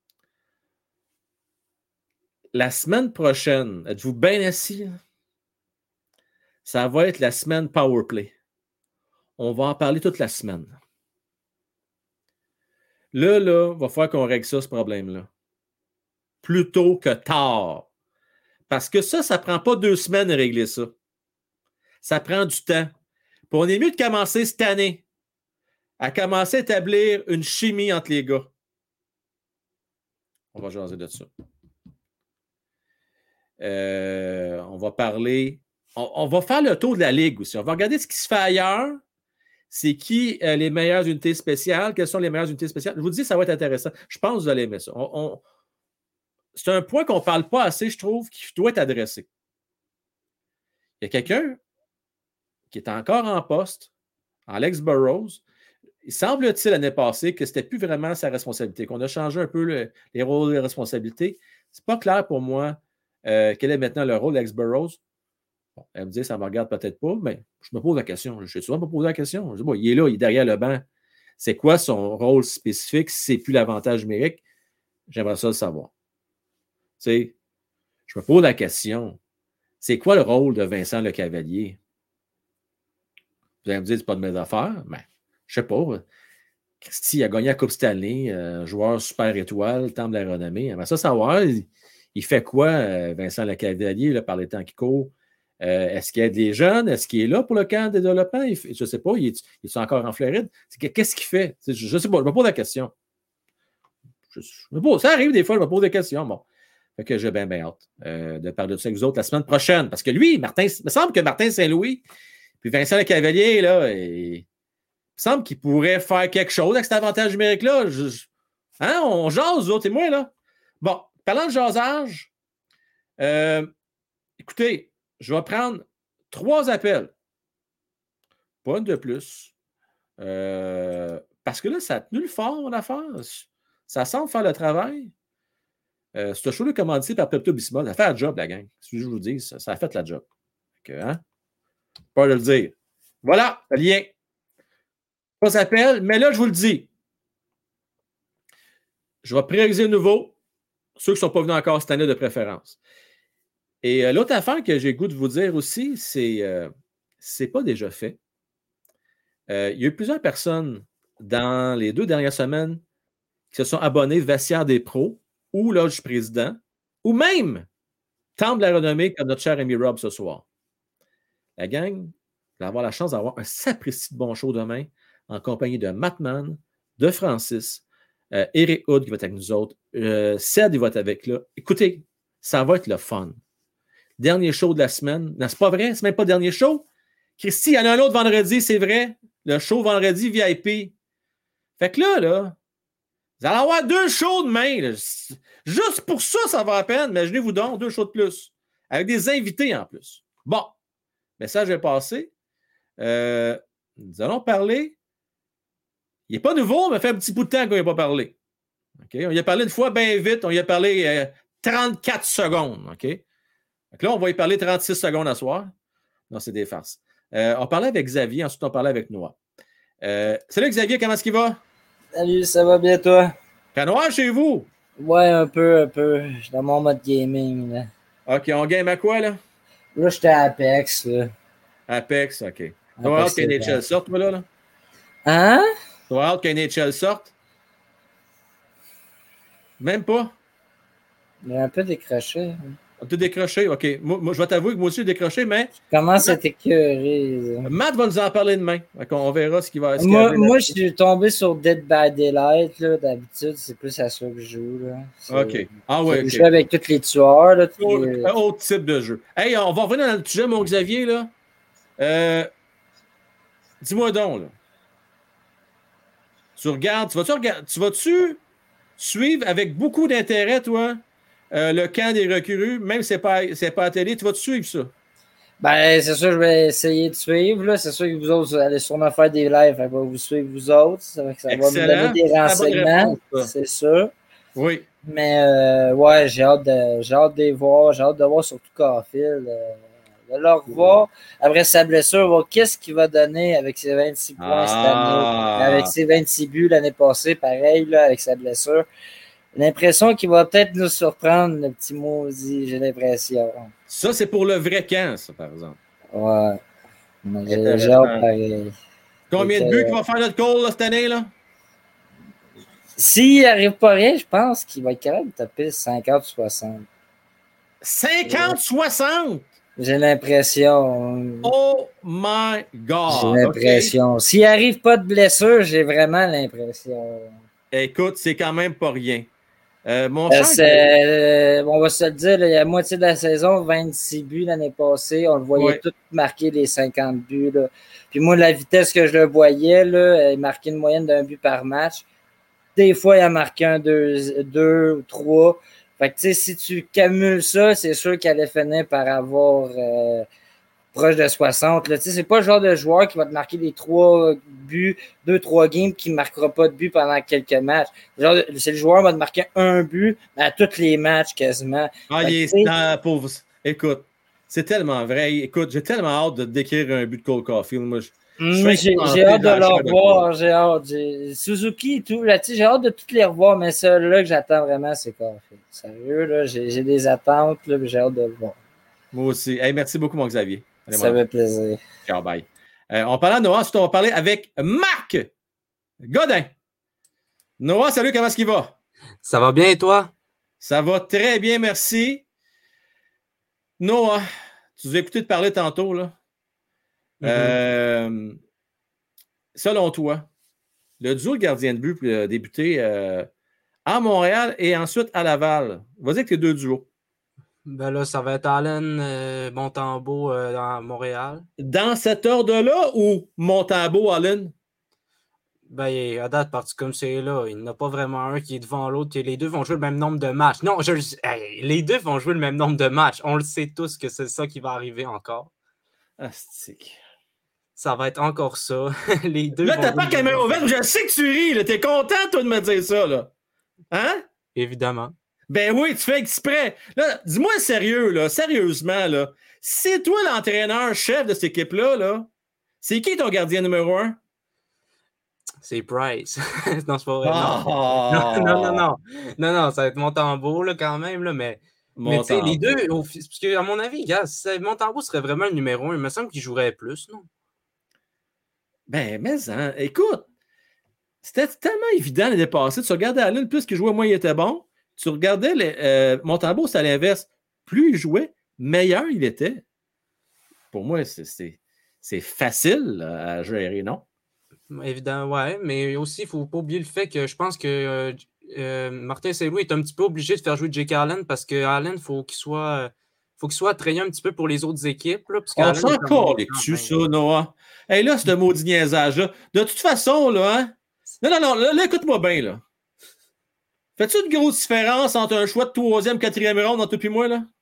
La semaine prochaine, êtes-vous bien assis? Là? Ça va être la semaine Powerplay. On va en parler toute la semaine. Là, là, il va falloir qu'on règle ça, ce problème-là. Plutôt que tard. Parce que ça, ça ne prend pas deux semaines à régler ça. Ça prend du temps. Puis on est mieux de commencer cette année à commencer à établir une chimie entre les gars. On va jaser de ça. Euh, on va parler... On, on va faire le tour de la Ligue aussi. On va regarder ce qui se fait ailleurs. C'est qui euh, les meilleures unités spéciales? Quelles sont les meilleures unités spéciales? Je vous dis, ça va être intéressant. Je pense que vous allez aimer ça. On, on... C'est un point qu'on ne parle pas assez, je trouve, qui doit être adressé. Il y a quelqu'un qui est encore en poste, Alex Burrows. Il semble-t-il l'année passée que ce n'était plus vraiment sa responsabilité, qu'on a changé un peu le, les rôles et les responsabilités. Ce n'est pas clair pour moi euh, quel est maintenant le rôle d'Alex Burrows. Bon, elle me dit, ça ne me regarde peut-être pas, mais je me pose la question. Je sais souvent me poser la question. Je dis, bon, il est là, il est derrière le banc. C'est quoi son rôle spécifique si ce n'est plus l'avantage numérique? J'aimerais ça le savoir. Tu sais, je me pose la question. C'est quoi le rôle de Vincent Lecavalier? Vous allez me dire, c'est pas de mes affaires, mais je ne sais pas. Christy a gagné la Coupe Stanley, euh, joueur super étoile, temple de la renommée. J'aimerais ça savoir, il, il fait quoi, euh, Vincent Lecavalier, là, par les temps qui courent? Euh, est-ce qu'il aide les jeunes? Est-ce qu'il est là pour le camp de développement? Il, je ne sais pas. Il est, il est encore en Floride? Qu'est-ce qu'il fait? Je ne sais pas. Je me pose la question. Je, je me pose, ça arrive des fois, je me pose des questions. Bon. Fait que j'ai bien, bien hâte euh, de parler de ça avec vous autres la semaine prochaine. Parce que lui, Martin, il me semble que Martin Saint-Louis, puis Vincent Lecavalier, là, il, il me semble qu'il pourrait faire quelque chose avec cet avantage numérique-là. Je, je, hein? On jase, vous autres et moi, là. Bon, parlant de jasage, euh, écoutez, je vais prendre trois appels. Pas une de plus. Euh, parce que là, ça a tenu le fort, mon affaire. Ça semble faire le travail. Euh, ce show-là commandité par Pepto Bismol, ça a fait la job, la gang. Si je vous dis, ça, ça a fait la job. Donc, hein? Pas de le dire. Voilà, le lien. Trois appels, mais là, je vous le dis. Je vais prioriser de nouveau ceux qui ne sont pas venus encore cette année de préférence. Et euh, l'autre affaire que j'ai le goût de vous dire aussi, c'est euh, c'est pas déjà fait. Euh, il y a eu plusieurs personnes dans les deux dernières semaines qui se sont abonnés Vestiaire des pros ou Loge Président ou même Temple de la renommée comme notre cher Amy Robb ce soir. La gang, vous allez avoir la chance d'avoir un sapristi de bon show demain en compagnie de Mattman, de Francis, euh, Eric Hood qui va être avec nous autres, euh, Ced il va être avec là. Écoutez, ça va être le fun. Dernier show de la semaine. Non, c'est pas vrai, c'est même pas le dernier show. Christy, il y en a un autre vendredi, c'est vrai. Le show vendredi V I P. Fait que là, là, vous allez avoir deux shows demain. Là. Juste pour ça, ça va à peine. Imaginez-vous donc, deux shows de plus. Avec des invités en plus. Bon, message est passé. Euh, nous allons parler. Il n'est pas nouveau, mais ça fait un petit bout de temps qu'on n'y a pas parlé. Okay? On y a parlé une fois bien vite. On y a parlé euh, trente-quatre secondes. OK? Donc là, on va y parler trente-six secondes à soir. Non, c'est des farces. Euh, on parlait avec Xavier, ensuite on parlait avec Noah. Euh, salut Xavier, comment est-ce qu'il va? Salut, ça va bien toi? Fait noir chez vous? Ouais, un peu, un peu. Je suis dans mon mode gaming, là. OK, on game à quoi, là? Là, j'étais à Apex, là. Apex, OK. Tu vas hâte qu'N H L sorte, toi, là? là? Hein? Tu vas hâte qu'N H L sorte? Même pas? Il a un peu décroché. Tu as décroché, OK. Moi, moi, je vais t'avouer que moi aussi, j'ai décroché, mais. Comment c'est écœuré? Matt va nous en parler demain. On verra ce qu'il va ce Moi, moi je suis tombé sur Dead by Daylight. Là, d'habitude, c'est plus à ça que je joue. Là. OK. Ah ouais, OK. Je joue avec tous les tueurs. Là, tous les... Un autre type de jeu. Hey, on va revenir dans le sujet, mon Xavier. Là. Euh, dis-moi donc, là. Tu regardes, tu vas-tu, regarder, tu vas-tu suivre avec beaucoup d'intérêt, toi, euh, le camp des recrues, même si ce n'est pas, pas à télé, tu vas-tu suivre ça? Ben, c'est sûr, je vais essayer de suivre. Là. C'est sûr que vous autres, vous allez sûrement faire des lives. Ça va vous suivre, vous autres. Ça, ça va vous donner des renseignements. C'est sûr. Oui. Mais, euh, ouais, j'ai hâte, de, j'ai hâte de les voir. J'ai hâte de voir surtout Caulfield. Euh, de le revoir. Après sa blessure, voir qu'est-ce qu'il va donner avec ses vingt-six points ah. cette année. Avec ses vingt-six buts l'année passée, pareil, là, avec sa blessure. L'impression qu'il va peut-être nous surprendre, le petit maudit, j'ai l'impression. Ça, c'est pour le vrai camp, ça, par exemple. Ouais. J'ai, j'ai hâte pareil. Combien de buts euh, qu'il va faire notre goal là, cette année, là? S'il n'arrive pas rien, je pense qu'il va être capable de taper cinquante soixante. cinquante soixante? J'ai l'impression. Oh my God! J'ai l'impression. Okay. S'il n'arrive pas de blessure, j'ai vraiment l'impression. Écoute, c'est quand même pas rien. Euh, mon euh, c'est, euh, on va se le dire, là, il y a la moitié de la saison, vingt-six buts l'année passée. On le voyait ouais. tout marquer les cinquante buts. Là. Puis moi, la vitesse que je le voyais, là, il marquait une moyenne d'un but par match. Des fois, il a marqué un, deux, deux ou trois. Fait que, tu sais, si tu cumules ça, c'est sûr qu'il allait finir par avoir euh, proche de soixante. Tu sais, c'est pas le genre de joueur qui va te marquer des trois buts, deux, trois games, qui ne marquera pas de but pendant quelques matchs. Genre, c'est le joueur qui va te marquer un but à tous les matchs quasiment. Ah, il est non, pauvre. Écoute, c'est tellement vrai. Écoute, j'ai tellement hâte de décrire un but de Cole Caulfield. Moi, je, Mmh, j'ai, j'ai hâte de le revoir, j'ai hâte. J'ai... Suzuki et tout, là, j'ai hâte de tous les revoir, mais celui-là que j'attends vraiment, c'est Caulfield. Sérieux, là, j'ai, j'ai des attentes, là, j'ai hâte de le voir. Moi aussi. Hey, merci beaucoup, mon Xavier. Allez, ça fait plaisir. Ciao, bye. Euh, on parlait de Noah, ensuite on va parler avec Marc Godin. Noah, salut, comment est-ce qu'il va? Ça va bien et toi? Ça va très bien, merci. Noah, tu nous as écouté te parler tantôt, là. Mm-hmm. Euh, selon toi, le duo de gardien de but a débuté euh, à Montréal et ensuite à Laval. Vas-y avec tes deux duos. Ben là, ça va être Allen euh, Montembeault euh, à Montréal. Dans cet ordre-là ou Montembeault, Allen? Ben, à date, parti comme c'est là, il n'y en a pas vraiment un qui est devant l'autre. Les deux vont jouer le même nombre de matchs. Non, je, hey, les deux vont jouer le même nombre de matchs. On le sait tous que c'est ça qui va arriver encore. Astique. Ça va être encore ça. Les deux là, t'as pas caméra ouverte. Je sais que tu ris. Là. T'es content, toi, de me dire ça. Là. Hein? Évidemment. Ben oui, tu fais exprès. Là, dis-moi sérieux, là, sérieusement, là. C'est toi l'entraîneur-chef de cette équipe-là, là. C'est qui ton gardien numéro un? C'est Price. non, c'est pas vrai. Oh! Non. non, non, non. Non, non, ça va être Montembeault, là, quand même, là, mais... Mais tu sais, les deux, au, parce que, à mon avis, gars, Montembeault serait vraiment le numéro un, il me semble qu'il jouerait plus, non? Ben, mais, hein, écoute, c'était tellement évident l'année passée. Tu regardais Allen, plus qu'il jouait, moins il était bon. Tu regardais les, euh, Montembeault, c'est à l'inverse. Plus il jouait, meilleur il était. Pour moi, c'est, c'est, c'est facile à gérer, non? Évidemment, ouais, mais aussi, il ne faut pas oublier le fait que je pense que euh, euh, Martin Saint-Louis est un petit peu obligé de faire jouer Jake Allen parce que Allen, il faut qu'il soit... faut qu'il soit attrayé un petit peu pour les autres équipes. Là, parce on s'en encore les dessus, ça, Noah. Hé, hey, là, c'est un maudit niaisage-là. De toute façon, là, hein? Non, non, non, là, là écoute-moi bien, là. Fais-tu une grosse différence entre un choix de troisième, quatrième ronde entre toi et moi, là?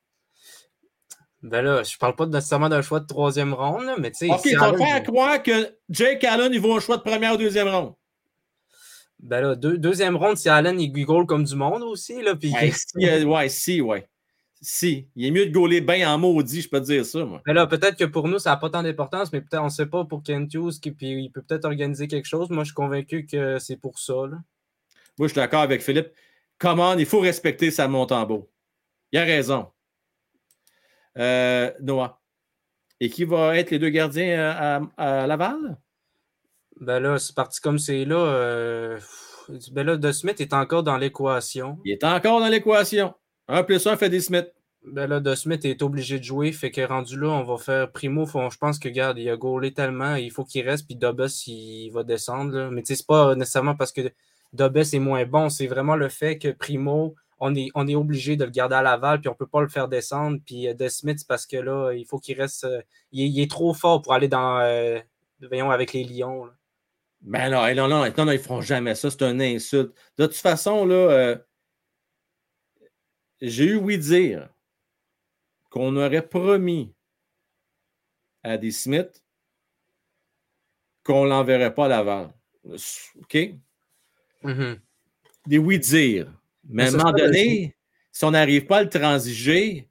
Ben là, je parle pas nécessairement d'un choix de troisième ronde, là, mais tu sais... OK, tu vas faire croire que Jake Allen, il vaut un choix de première ou deuxième ronde. Ben là, deux, deuxième ronde, si Allen, il goal comme du monde aussi, là, puis... Ouais, si, euh, ouais, si, ouais. Si. Il est mieux de gauler bien en maudit, je peux te dire ça, moi. Mais là, peut-être que pour nous, ça n'a pas tant d'importance, mais peut-être, on ne sait pas pour Kent Hughes, qui, puis il peut peut-être organiser quelque chose. Moi, je suis convaincu que c'est pour ça, là. Moi, je suis d'accord avec Philippe. Comment il faut respecter Sam Montembeault. Il a raison. Euh, Noah. Et qui va être les deux gardiens à, à, à Laval? Ben là, c'est parti comme c'est là. Euh... Ben là, De Smith est encore dans l'équation. Il est encore dans l'équation. un plus un fait des Smith. Ben là, De Smith est obligé de jouer, fait que rendu là, on va faire Primo. Faut, je pense que, regarde, il a gaulé tellement, il faut qu'il reste, puis Dobes, il va descendre. Là. Mais tu sais, c'est pas nécessairement parce que Dobes est moins bon, c'est vraiment le fait que Primo, on est, on est obligé de le garder à Laval, puis on peut pas le faire descendre. Puis De Smith, c'est parce que là, il faut qu'il reste. Euh, il, est, il est trop fort pour aller dans. Euh, voyons, avec les Lions. Là. Ben non, non, non, non, non, ils feront jamais ça, c'est une insulte. De toute façon, là, euh, j'ai eu oui dire qu'on aurait promis à des Smith qu'on ne l'enverrait pas à Laval. OK? Mm-hmm. Des oui dire. Mais, Mais à un moment donné, le... si on n'arrive pas à le transiger,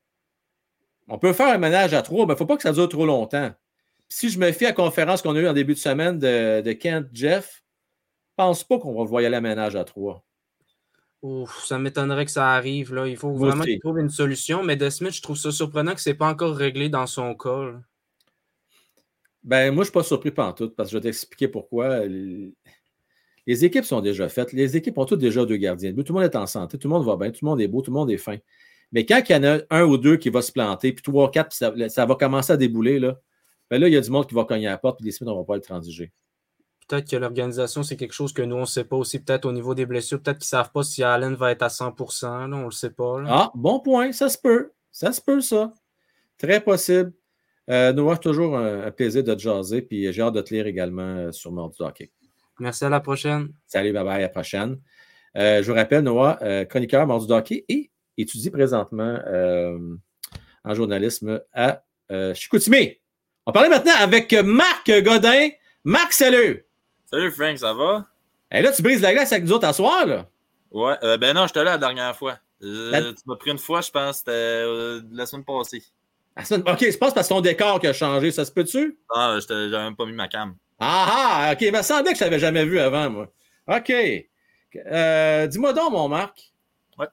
on peut faire un ménage à trois, mais il ne faut pas que ça dure trop longtemps. Puis si je me fie à la conférence qu'on a eue en début de semaine de, de Kent Jeff, je ne pense pas qu'on va voir aller à ménage à trois. Ouf, ça m'étonnerait que ça arrive. Là. Il faut Moi vraiment qu'il trouve une solution. Mais De Smith, je trouve ça surprenant que ce n'est pas encore réglé dans son cas. Là. Ben, moi, je ne suis pas surpris pantoute parce que je vais t'expliquer pourquoi. Les équipes sont déjà faites. Les équipes ont toutes déjà deux gardiens de but. Tout le monde est en santé. Tout le monde va bien. Tout le monde est beau. Tout le monde est fin. Mais quand il y en a un ou deux qui va se planter, puis trois, quatre, puis ça, ça va commencer à débouler, là, ben là, il y a du monde qui va cogner à la porte, puis les Smiths, on ne va pas le transiger. Peut-être que l'organisation, c'est quelque chose que nous, on ne sait pas aussi. Peut-être au niveau des blessures. Peut-être qu'ils ne savent pas si Allen va être à cent pour cent. Là, on ne le sait pas. Là. Ah, bon point. Ça se peut. Ça se peut, ça. Très possible. Euh, Noah, toujours un, un plaisir de te jaser. Puis j'ai hâte de te lire également sur Mardi du hockey. Merci, à la prochaine. Salut, bye bye, à la prochaine. Euh, je vous rappelle, Noah, euh, chroniqueur Mardi du hockey et étudie présentement euh, en journalisme à euh, Chicoutimi. On va parler maintenant avec Marc Godin. Marc, salut! Salut Frank, ça va? Et là, tu brises la glace avec nous autres à soir, là? Ouais, euh, ben non, j'étais là la dernière fois. Euh, la... Tu m'as pris une fois, je pense, c'était euh, la semaine passée. La semaine... OK, c'est pas parce que ton décor qui a changé, ça se peut-tu? Non, j'avais même pas mis ma cam. Ah ah, OK, il me semblait que je t'avais jamais vu avant, moi. OK. Euh, dis-moi donc, mon Marc. Ouais.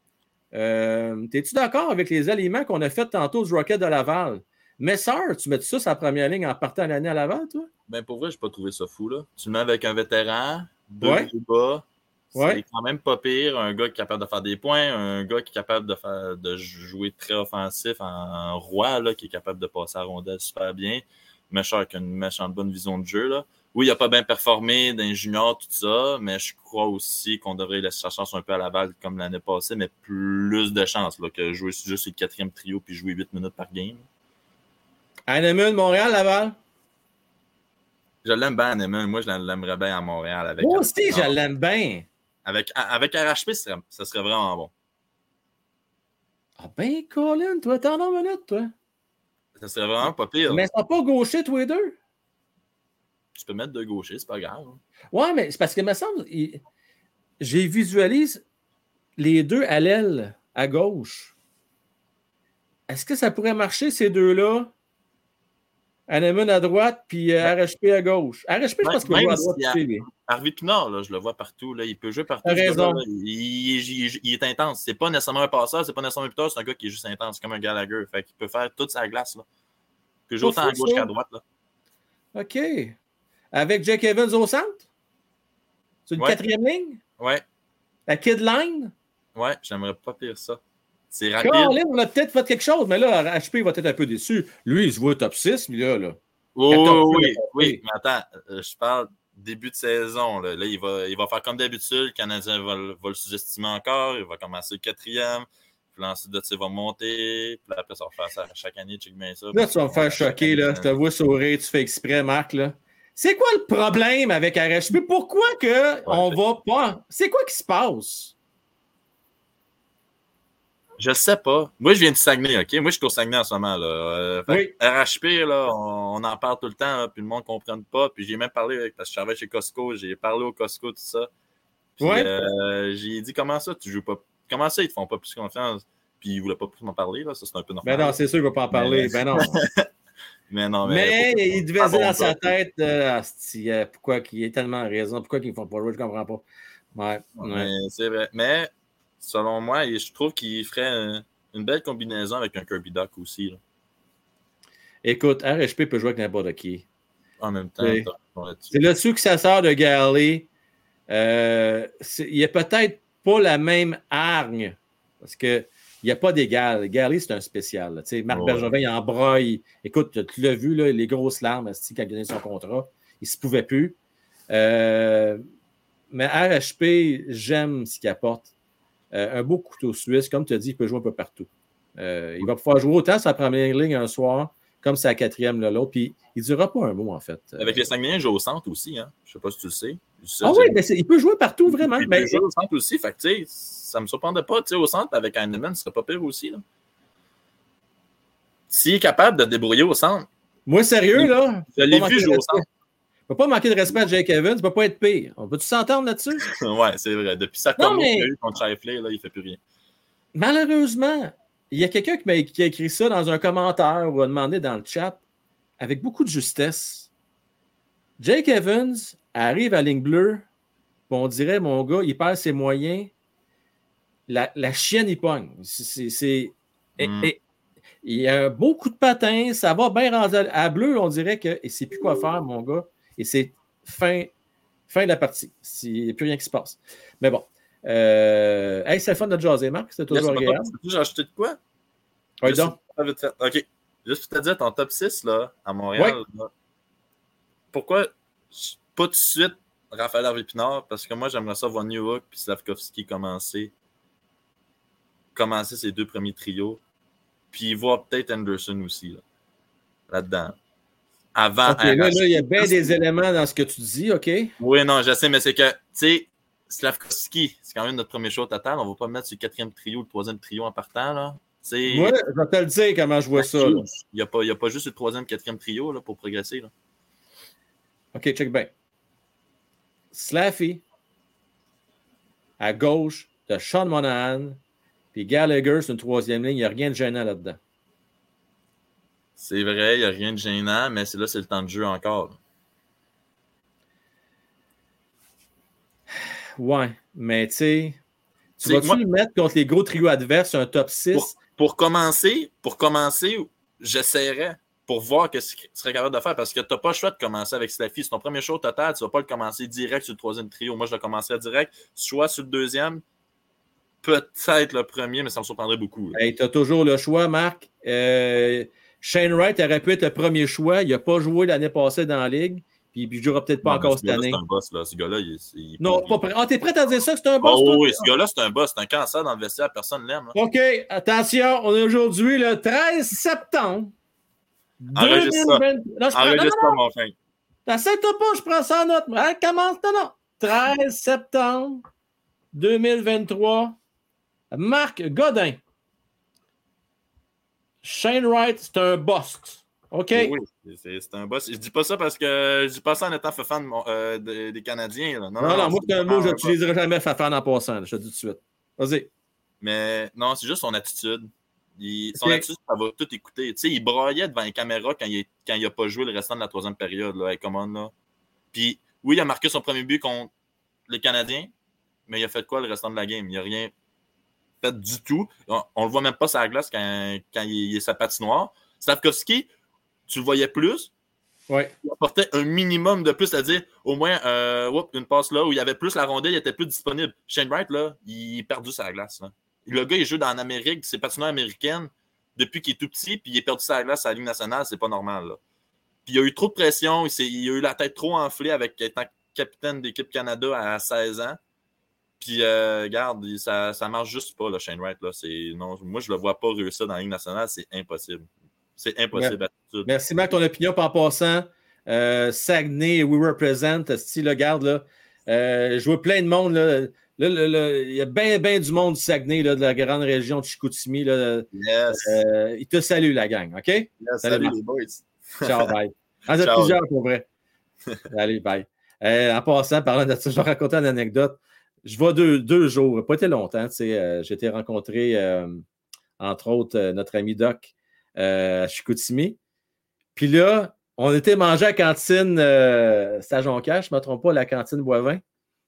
Euh, t'es-tu d'accord avec les aliments qu'on a fait tantôt du Rocket de Laval? Mais sœur, tu mets ça sur la première ligne en partant l'année à Laval, toi? Ben pour vrai, j'ai pas trouvé ça fou, là. Tu le mets avec un vétéran, deux ouais. bas. Ouais. C'est quand même pas pire. Un gars qui est capable de faire des points, un gars qui est capable de faire de jouer très offensif en, en roi, là, qui est capable de passer à la rondelle super bien. Méchant avec une méchante bonne vision de jeu, là. Oui, il n'a pas bien performé dans les juniors, tout ça, mais je crois aussi qu'on devrait laisser sa chance un peu à Laval comme l'année passée, mais plus de chance là, que jouer juste sur le quatrième trio puis jouer huit minutes par game. Hanneman, Montréal, Laval? Je l'aime bien, Hanneman. Moi, je l'aimerais bien à Montréal. Avec Moi aussi, je l'aime bien. Avec, avec R H P, ça serait, ça serait vraiment bon. Ah ben, Colin, toi, t'en as une minute, toi. Ça serait vraiment pas pire. Mais ils sont pas gauchers, tous les deux. Tu peux mettre deux gauchers, c'est pas grave. Hein. Ouais, mais c'est parce que, il me semble, il... j'ai visualise les deux à l'aile, à gauche. Est-ce que ça pourrait marcher, ces deux-là? Hanneman à droite, puis euh, R H P à gauche. R H P, je pense qu'il va jouer à droite aussi. Harvey Pinard, là, je le vois partout. Là, il peut jouer partout. Raison. Là, il, il, il, il est intense. C'est pas nécessairement un passeur, c'est pas nécessairement un buteur, c'est un gars qui est juste intense. C'est comme un Gallagher. Fait qu'il peut faire toute sa glace. Là. Il peut jouer autant à gauche qu'à droite. Là. OK. Avec Jake Evans au centre? C'est une ouais. quatrième ligne? Ouais. La kid line? Ouais, j'aimerais pas pire ça. C'est rapide. Colin, on a peut-être fait quelque chose, mais là, H P va être un peu déçu. Lui, il se voit top six, mais là, là. Oh, oui, oui, oui, mais attends, je parle début de saison. Là, là il, va, il va faire comme d'habitude. Le Canadien va, va le sous-estimer encore. Il va commencer le quatrième. Puis ensuite, de, il va monter. Puis après, ça va faire ça à chaque année. Check bien ça. Là, tu vas me faire choquer. Là. Je te vois sourire. Tu fais exprès, Marc. Là. C'est quoi le problème avec R H P? Pourquoi que ouais, on c'est... va pas... C'est quoi qui se passe? Je sais pas. Moi, je viens du Saguenay, OK? Moi, je suis au Saguenay en ce moment. Là. Euh, oui. R H P, là, on, on en parle tout le temps, là, puis le monde ne comprenne pas. Puis j'ai même parlé, avec, parce que je travaille chez Costco, j'ai parlé au Costco, tout ça. Puis ouais. euh, j'ai dit, comment ça, tu joues pas? Comment ça, ils te font pas plus confiance? Puis ils ne voulaient pas plus m'en parler, là. Ça, c'est un peu normal. Ben non, c'est sûr qu'il ne va pas en parler. Mais... Ben non. mais non, mais... Mais pourquoi... il devait dire dans sa tête, euh, asti, euh, pourquoi qu'il ait tellement raison, pourquoi qu'ils ne font pas jouer, je ne comprends pas. Ouais. ouais. Mais c'est vrai. Mais... Selon moi, je trouve qu'il ferait un, une belle combinaison avec un Kirby Duck aussi. Là. Écoute, R H P peut jouer avec n'importe qui. En même temps, c'est le successeur de Galley. Euh, il n'y a peut-être pas la même hargne Parce qu'il n'y a pas d'égal. Gary, c'est un spécial. Tu sais, Marc Ouais. Bergevin, il embroille. Écoute, tu l'as vu, là, les grosses larmes quand il a gagné son contrat. Il ne se pouvait plus. Euh, mais R H P, j'aime ce qu'il apporte. Euh, un beau couteau suisse. Comme tu as dit, il peut jouer un peu partout. Euh, il va pouvoir jouer autant sa première ligne un soir, comme sa quatrième là, l'autre. Puis il ne dira pas un mot, en fait. Avec les Saguenayens, il joue au centre aussi. Hein? Je ne sais pas si tu le sais. Ça, ah oui, mais il peut jouer partout, vraiment. Il mais... peut jouer au centre aussi. Fait que, tu sais, ça ne me surprendrait pas. Tu sais, au centre, avec Heinemann, ce serait pas pire aussi. Là. S'il est capable de débrouiller au centre. Moi, sérieux, là. Je l'ai vu jouer au centre. Il ne faut pas manquer de respect à Jake Evans. Ça ne peut pas être pire. On peut-tu s'entendre là-dessus? Oui, c'est vrai. Depuis sa combo qu'il a eu contre Shifley, là, il ne fait plus rien. Malheureusement, il y a quelqu'un qui, m'a, qui a écrit ça dans un commentaire ou a demandé dans le chat avec beaucoup de justesse. Jake Evans arrive à ligne bleue, on dirait, mon gars, il perd ses moyens. La, la chienne, il pogne. C'est, c'est, mm. et, et, il y a un beau coup de patin, ça va bien rendu à bleu, on dirait qu'il ne sait plus quoi faire, mon gars. Et c'est fin, fin de la partie. Il n'y a plus rien qui se passe. Mais bon. Euh, hey, c'est le fun de jaser, Marc. C'est toujours yes, agréable. J'ai acheté de quoi? Oui, donc. OK. Juste pour te dire, ton top six là, à Montréal, oui. là, pourquoi pas tout de suite Raphaël Harvey-Pinard? Parce que moi, j'aimerais ça voir Newhook et Slavkovski commencer. Commencer ses deux premiers trios. Puis voir peut-être Anderson aussi, là, là-dedans. Avant. Okay, là, là, il y a bien des éléments dans ce que tu dis, OK? Oui, non, je sais, mais c'est que, tu sais, Slavkovski, c'est quand même notre premier show total. On ne va pas mettre sur le quatrième trio, le troisième trio en partant, là. T'sais, moi, je vais te le dire comment je vois ça. Il n'y a, a pas juste le troisième, quatrième trio là, pour progresser. Là. OK, check bien. Slaffy, à gauche, de Sean Monahan, puis Gallagher, c'est une troisième ligne. Il n'y a rien de gênant là-dedans. C'est vrai, il n'y a rien de gênant, mais c'est là, c'est le temps de jeu encore. Là. Ouais, mais tu sais, tu vas-tu moi, le mettre contre les gros trios adverses, un top six? Pour, pour commencer, pour commencer, j'essaierais pour voir ce qu'il serait capable de faire parce que tu n'as pas le choix de commencer avec Slaffy. C'est ton premier show total, tu ne vas pas le commencer direct sur le troisième trio. Moi, je le commencerais direct, soit sur le deuxième, peut-être le premier, mais ça me surprendrait beaucoup. Hey, tu as toujours le choix, Marc. Euh, Shane Wright aurait pu être le premier choix. Il n'a pas joué l'année passée dans la Ligue. Puis il ne jouera peut-être pas non, encore cette année. C'est un boss, là. Ce gars-là, il, il Non, pas prêt. Ah, t'es prêt à dire ça que c'est un boss? Oh, oui, ce gars-là, c'est un boss. C'est un cancer dans le vestiaire. Personne ne l'aime. Là. OK, attention. On est aujourd'hui le treize septembre. Enregistre ça. Non, Enregistre pas, mon fin. T'acceptes pas, je prends ça en note. Hein, commence, non, non. treize septembre deux mille vingt-trois. Marc Godin. Shane Wright, c'est un boss. OK? Oui, c'est, c'est un boss. Je dis pas ça parce que je dis pas ça en étant fan de mon, euh, de, des Canadiens. Là. Non, non, non, non, moi, c'est un mot que je n'utiliserai jamais fan en passant. Là, je te dis tout de suite. Vas-y. Mais non, c'est juste son attitude. Il, son okay. attitude, ça va tout écouter. Tu sais, il braillait devant les caméras quand il quand il a pas joué le restant de la troisième période. Là, hey, come on, là. Puis, oui, il a marqué son premier but contre les Canadiens, mais il a fait quoi le restant de la game? Il n'a rien fait du tout. On, on le voit même pas sur la glace quand, quand il, il est sa patinoire. Slavkovski, tu le voyais plus. Ouais. Il apportait un minimum de plus, c'est-à-dire au moins euh, whoop, une passe là où il y avait plus la rondelle, il était plus disponible. Shane Wright, là, il est perdu sur la glace. Là. Le gars, il joue dans l'Amérique, c'est patineur américaine depuis qu'il est tout petit, puis il est perdu sur la glace à la Ligue nationale, c'est pas normal. Là. Puis il a eu trop de pression, il, il a eu la tête trop enflée avec étant capitaine d'équipe Canada à seize ans. Puis, euh, regarde, ça, ça marche juste pas, là, Shane Wright. Là. C'est, non, moi, je le vois pas réussir dans la Ligue nationale, c'est impossible. C'est impossible. Merci, Merci Marc, ton opinion en passant. Euh, Saguenay, we represent. Style, regarde, là. Euh, je vois plein de monde, là. Là, là, là, il y a bien, bien du monde du Saguenay, là, de la grande région de Chicoutimi. Là. Yes. Euh, il te salue, la gang, OK? Yes, salut, salut les boys. Ciao, bye. Vous êtes plusieurs, pour vrai. Allez, bye. Euh, en passant, parlant de ça, je vais raconter une anecdote. Je vais deux, deux jours, pas été longtemps, tu sais, euh, j'ai été rencontrer, euh, entre autres, euh, notre ami Doc euh, à Chicoutimi. Puis là, on était mangé à la cantine euh, Stajoncaire, je ne me trompe pas, la cantine Boivin.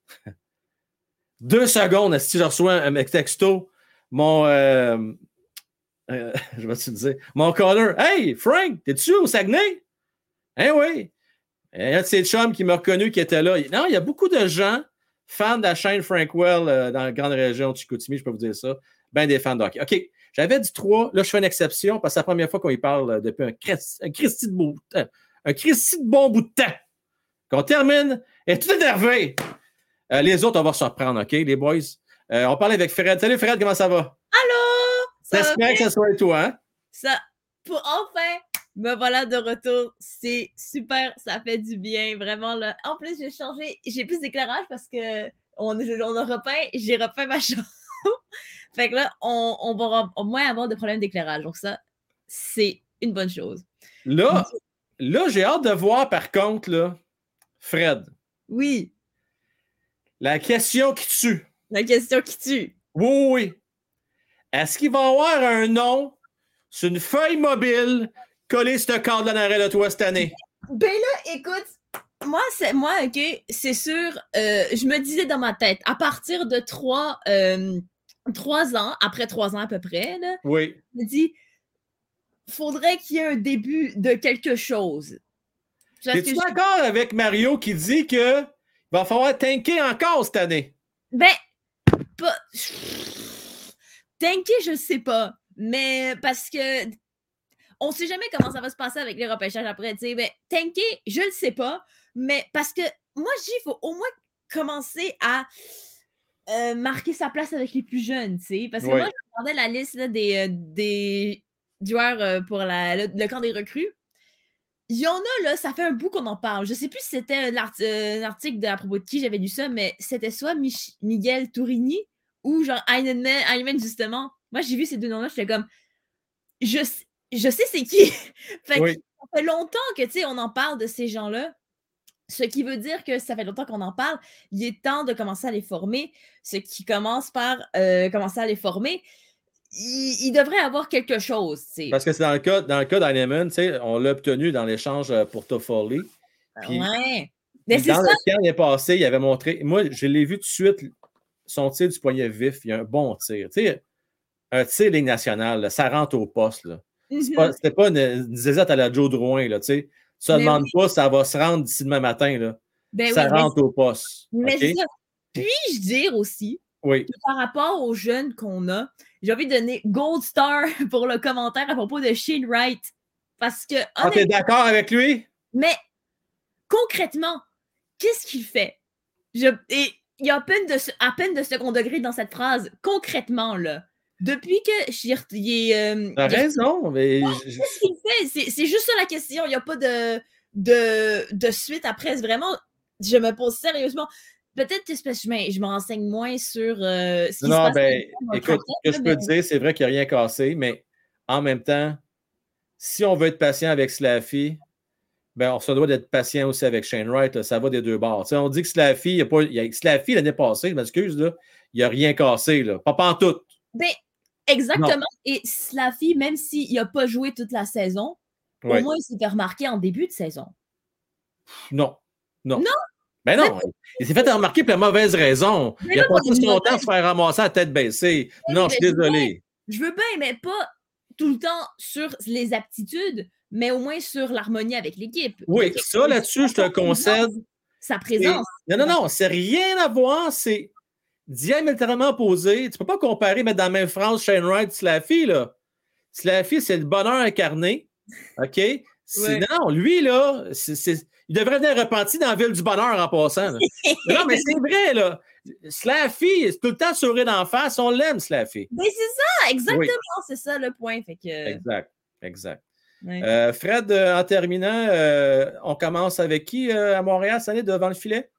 Deux secondes, si je reçois un texto, mon, euh, euh, je vais te dire, mon caller, « Hey, Frank, t'es-tu au Saguenay? » « Eh oui. » Il y a un de ses chums qui m'a reconnu qui était là. Non, il y a beaucoup de gens, fans de la chaîne Frankwell euh, dans la grande région de Chicoutimi, je peux vous dire ça. ben des fans de hockey. OK, j'avais dit trois. Là, je fais une exception parce que c'est la première fois qu'on y parle depuis un Christi, un Christi de beau temps. Un Christi de bon bout de temps. Qu'on termine, et tout énervé. Euh, les autres, on va se reprendre, OK, les boys? Euh, on parle avec Fred. Salut Fred, comment ça va? Allô? J'espère que ce soit toi, hein? Ça, pour enfin, me voilà de retour. C'est super, ça fait du bien, vraiment. Là. En plus, j'ai changé, j'ai plus d'éclairage parce que on, on a repeint, j'ai repeint ma chambre. Fait que là, on, on va au moins avoir de problèmes d'éclairage. Donc ça, c'est une bonne chose. Là, là j'ai hâte de voir, par contre, là, Fred. Oui. La question qui tue. La question qui tue. Oui, oui. Est-ce qu'il va y avoir un nom sur une feuille mobile collé sur ce cadre en arrêt de toi cette année? Ben là, écoute, moi, c'est moi, OK, c'est sûr, euh, je me disais dans ma tête, à partir de trois, euh, trois ans, après trois ans à peu près, là, oui. je me dis, faudrait qu'il y ait un début de quelque chose. Es-tu d'accord avec Mario qui dit que il va falloir tanker encore cette année? Ben, pas... tanker, je sais pas. Mais parce que on sait jamais comment ça va se passer avec les repêchages après. Tu sais, ben, tanker, je le sais pas. Mais parce que moi, je dis, il faut au moins commencer à euh, marquer sa place avec les plus jeunes. Tu sais, parce que oui. moi, je regardais la liste là, des, euh, des joueurs euh, pour la, le, le camp des recrues. Il y en a, là, ça fait un bout qu'on en parle. Je sais plus si c'était l'art euh, l'article de, à propos de qui j'avais lu ça, mais c'était soit Mich Miguel Tourini ou genre Heinemann, Heinemann justement. Moi, j'ai vu ces deux noms-là, j'étais comme, je, je sais c'est qui. Fait oui. que ça fait longtemps que, tu sais, on en parle de ces gens-là. Ce qui veut dire que ça fait longtemps qu'on en parle. Il est temps de commencer à les former. Ce qui commence par euh, commencer à les former. Il, il devrait avoir quelque chose, tu sais. Parce que c'est dans le cas, dans le cas d'Heinemann, tu sais, on l'a obtenu dans l'échange pour Toffoli. Puis, ouais. Mais dans ça. Le camp l'année passé, il avait montré. Moi, je l'ai vu tout de suite, son tir du poignet vif. Il y a un bon tir. Tu sais, un tir Ligue nationale, là, ça rentre au poste. Là. Mm-hmm. C'était pas, pas une, une zézette à la Joe Drouin. Là, tu sais. Tu ne demandes oui. pas, ça va se rendre d'ici demain matin. Là. Ben ça oui, rentre au poste. Mais okay? ça, puis-je dire aussi oui. que par rapport aux jeunes qu'on a, j'ai envie de donner Gold Star pour le commentaire à propos de Shane Wright. Parce que. Ah, t'es d'accord avec lui? Mais concrètement, qu'est-ce qu'il fait? Je, et il y a à peine, de, à peine de second degré dans cette phrase. Concrètement, là. Depuis que il est. Euh, T'as raison, mais. Qu'est-ce qu'il fait? C'est juste ça la question. Il n'y a pas de, de, de suite après. Vraiment, je me pose sérieusement. Peut-être que je, je me renseigne moins sur euh, ce qui non, se passe. Ben, écoute, ce que je peux mais... te dire, c'est vrai qu'il n'y a rien cassé, mais en même temps, si on veut être patient avec Slaffy, ben, on se doit d'être patient aussi avec Shane Wright. Là, ça va des deux bords. T'sais, on dit que Slaffy, il y a pas, il y a, Slaffy l'année passée, je m'excuse, là, il n'y a rien cassé. Là. Pas pantoute. Ben, exactement. Non. Et Slaffy, même s'il n'a pas joué toute la saison, ouais. au moins il s'est fait remarquer en début de saison. Non. Non. Non. Ben non, il s'est fait remarquer pour la mauvaise raison. Mais il a passé son temps à se faire ramasser à tête baissée. Mais non, je suis désolé. Je veux bien, mais pas tout le temps sur les aptitudes, mais au moins sur l'harmonie avec l'équipe. Oui, donc, ça, là-dessus, je te concède. Sa présence. Non, non, non, c'est rien à voir. C'est diamétralement opposé. Tu ne peux pas comparer, mettre dans la même phrase Shane Wright et Slaffy, là. Slaffy, c'est le bonheur incarné. OK? Ouais. Non, lui, là, c'est. Il devrait venir repenti dans la ville du bonheur en passant. Non, mais c'est vrai, là. Slaffy, c'est tout le temps sourire d'en face. On l'aime, Slaffy. Mais c'est ça, exactement. Oui. C'est ça le point. Fait que... Exact, exact. Oui. Euh, Fred, euh, en terminant, euh, on commence avec qui euh, à Montréal cette année devant le filet?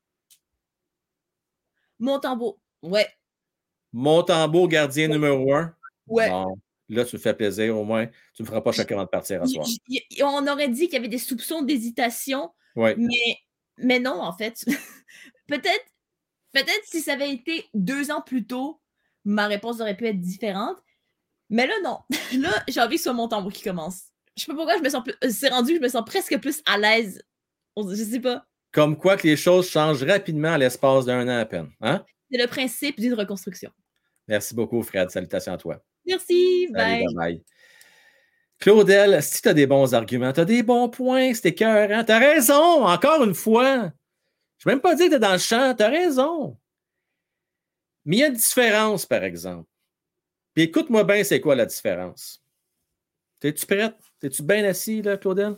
Montembeault, ouais. Montembeault, gardien ouais. numéro un. Ouais. Bon. Là, tu me fais plaisir, au moins. Tu ne me feras pas chacun de partir à soir. On aurait dit qu'il y avait des soupçons d'hésitation, ouais. mais, mais non, en fait. Peut-être peut-être si ça avait été deux ans plus tôt, ma réponse aurait pu être différente. Mais là, non. Là, j'ai envie que ce soit Montembeault qui commence. Je sais pas pourquoi je me sens plus. C'est rendu, je me sens presque plus à l'aise. Je sais pas. Comme quoi que les choses changent rapidement à l'espace d'un an à peine. Hein? C'est le principe d'une reconstruction. Merci beaucoup, Fred. Salutations à toi. Merci. Bye. Allez, bye, bye. Claudel, si tu as des bons arguments, tu as des bons points, c'est écœurant. Tu as raison, encore une fois. Je ne vais même pas dire que tu es dans le champ, tu as raison. Mais il y a une différence, par exemple. Puis écoute-moi bien, c'est quoi la différence? T'es-tu prête? T'es-tu bien assis, là, Claudel?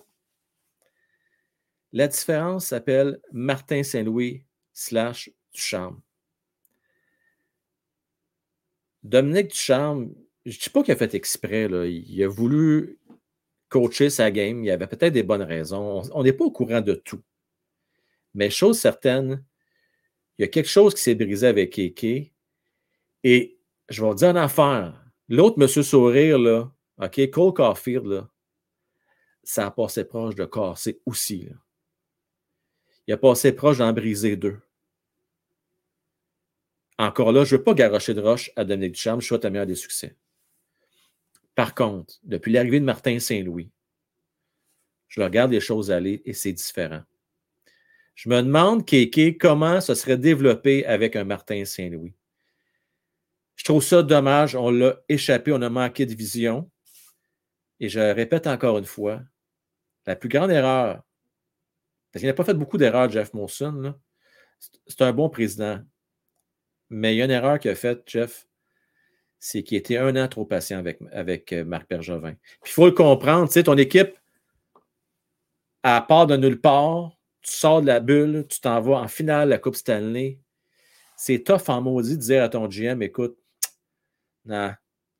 La différence s'appelle Martin Saint-Louis slash Ducharme. Dominique Ducharme, je ne dis pas qu'il a fait exprès, là. Il a voulu coacher sa game. Il avait peut-être des bonnes raisons. On n'est pas au courant de tout. Mais chose certaine, il y a quelque chose qui s'est brisé avec Kéké. Et je vais vous dire une affaire. L'autre Monsieur Sourire, là, OK, Cole Caulfield, là, ça a passé proche de casser aussi. Là. Il a passé proche d'en briser deux. Encore là, je ne veux pas garrocher de roche à Dominique Ducharme, je souhaite le meilleur des succès. Par contre, depuis l'arrivée de Martin Saint-Louis, je regarde les choses aller et c'est différent. Je me demande, Kéké, comment ça serait développé avec un Martin Saint-Louis. Je trouve ça dommage, on l'a échappé, on a manqué de vision. Et je répète encore une fois, la plus grande erreur, parce qu'il n'a pas fait beaucoup d'erreurs, Jeff Molson, là, c'est un bon président. Mais il y a une erreur qu'il a faite, Jeff, c'est qu'il était un an trop patient avec, avec Marc Bergevin. Puis il faut le comprendre, tu sais, ton équipe, à part de nulle part, tu sors de la bulle, tu t'en vas en finale de la Coupe Stanley. C'est tough en maudit de dire à ton G M, écoute, non.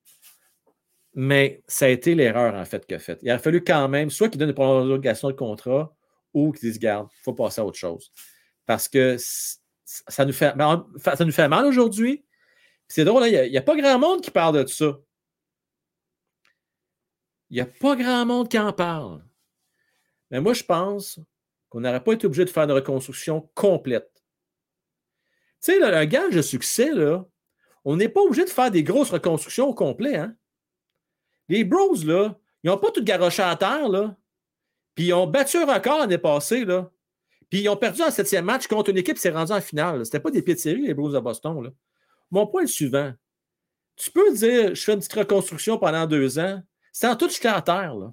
Mais ça a été l'erreur, en fait, qu'il a faite. Il a fallu quand même, soit qu'il donne une prolongation de contrat ou qu'il dise, garde, il faut passer à autre chose. Parce que ça nous fait, ça nous fait mal aujourd'hui. C'est drôle, il n'y a, a pas grand monde qui parle de ça. Il n'y a pas grand monde qui en parle. Mais moi, je pense qu'on n'aurait pas été obligé de faire une reconstruction complète. Tu sais, un gage de succès, là, on n'est pas obligé de faire des grosses reconstructions au complet. Hein? Les Bros, là, ils n'ont pas tout garoché à terre, là. Puis ils ont battu un record l'année passée, là. Puis ils ont perdu en septième match contre une équipe qui s'est rendue en finale. C'était pas des pieds de série, les Bros de Boston, là. Mon point est le suivant. Tu peux dire, je fais une petite reconstruction pendant deux ans, sans tout jeter à terre, là.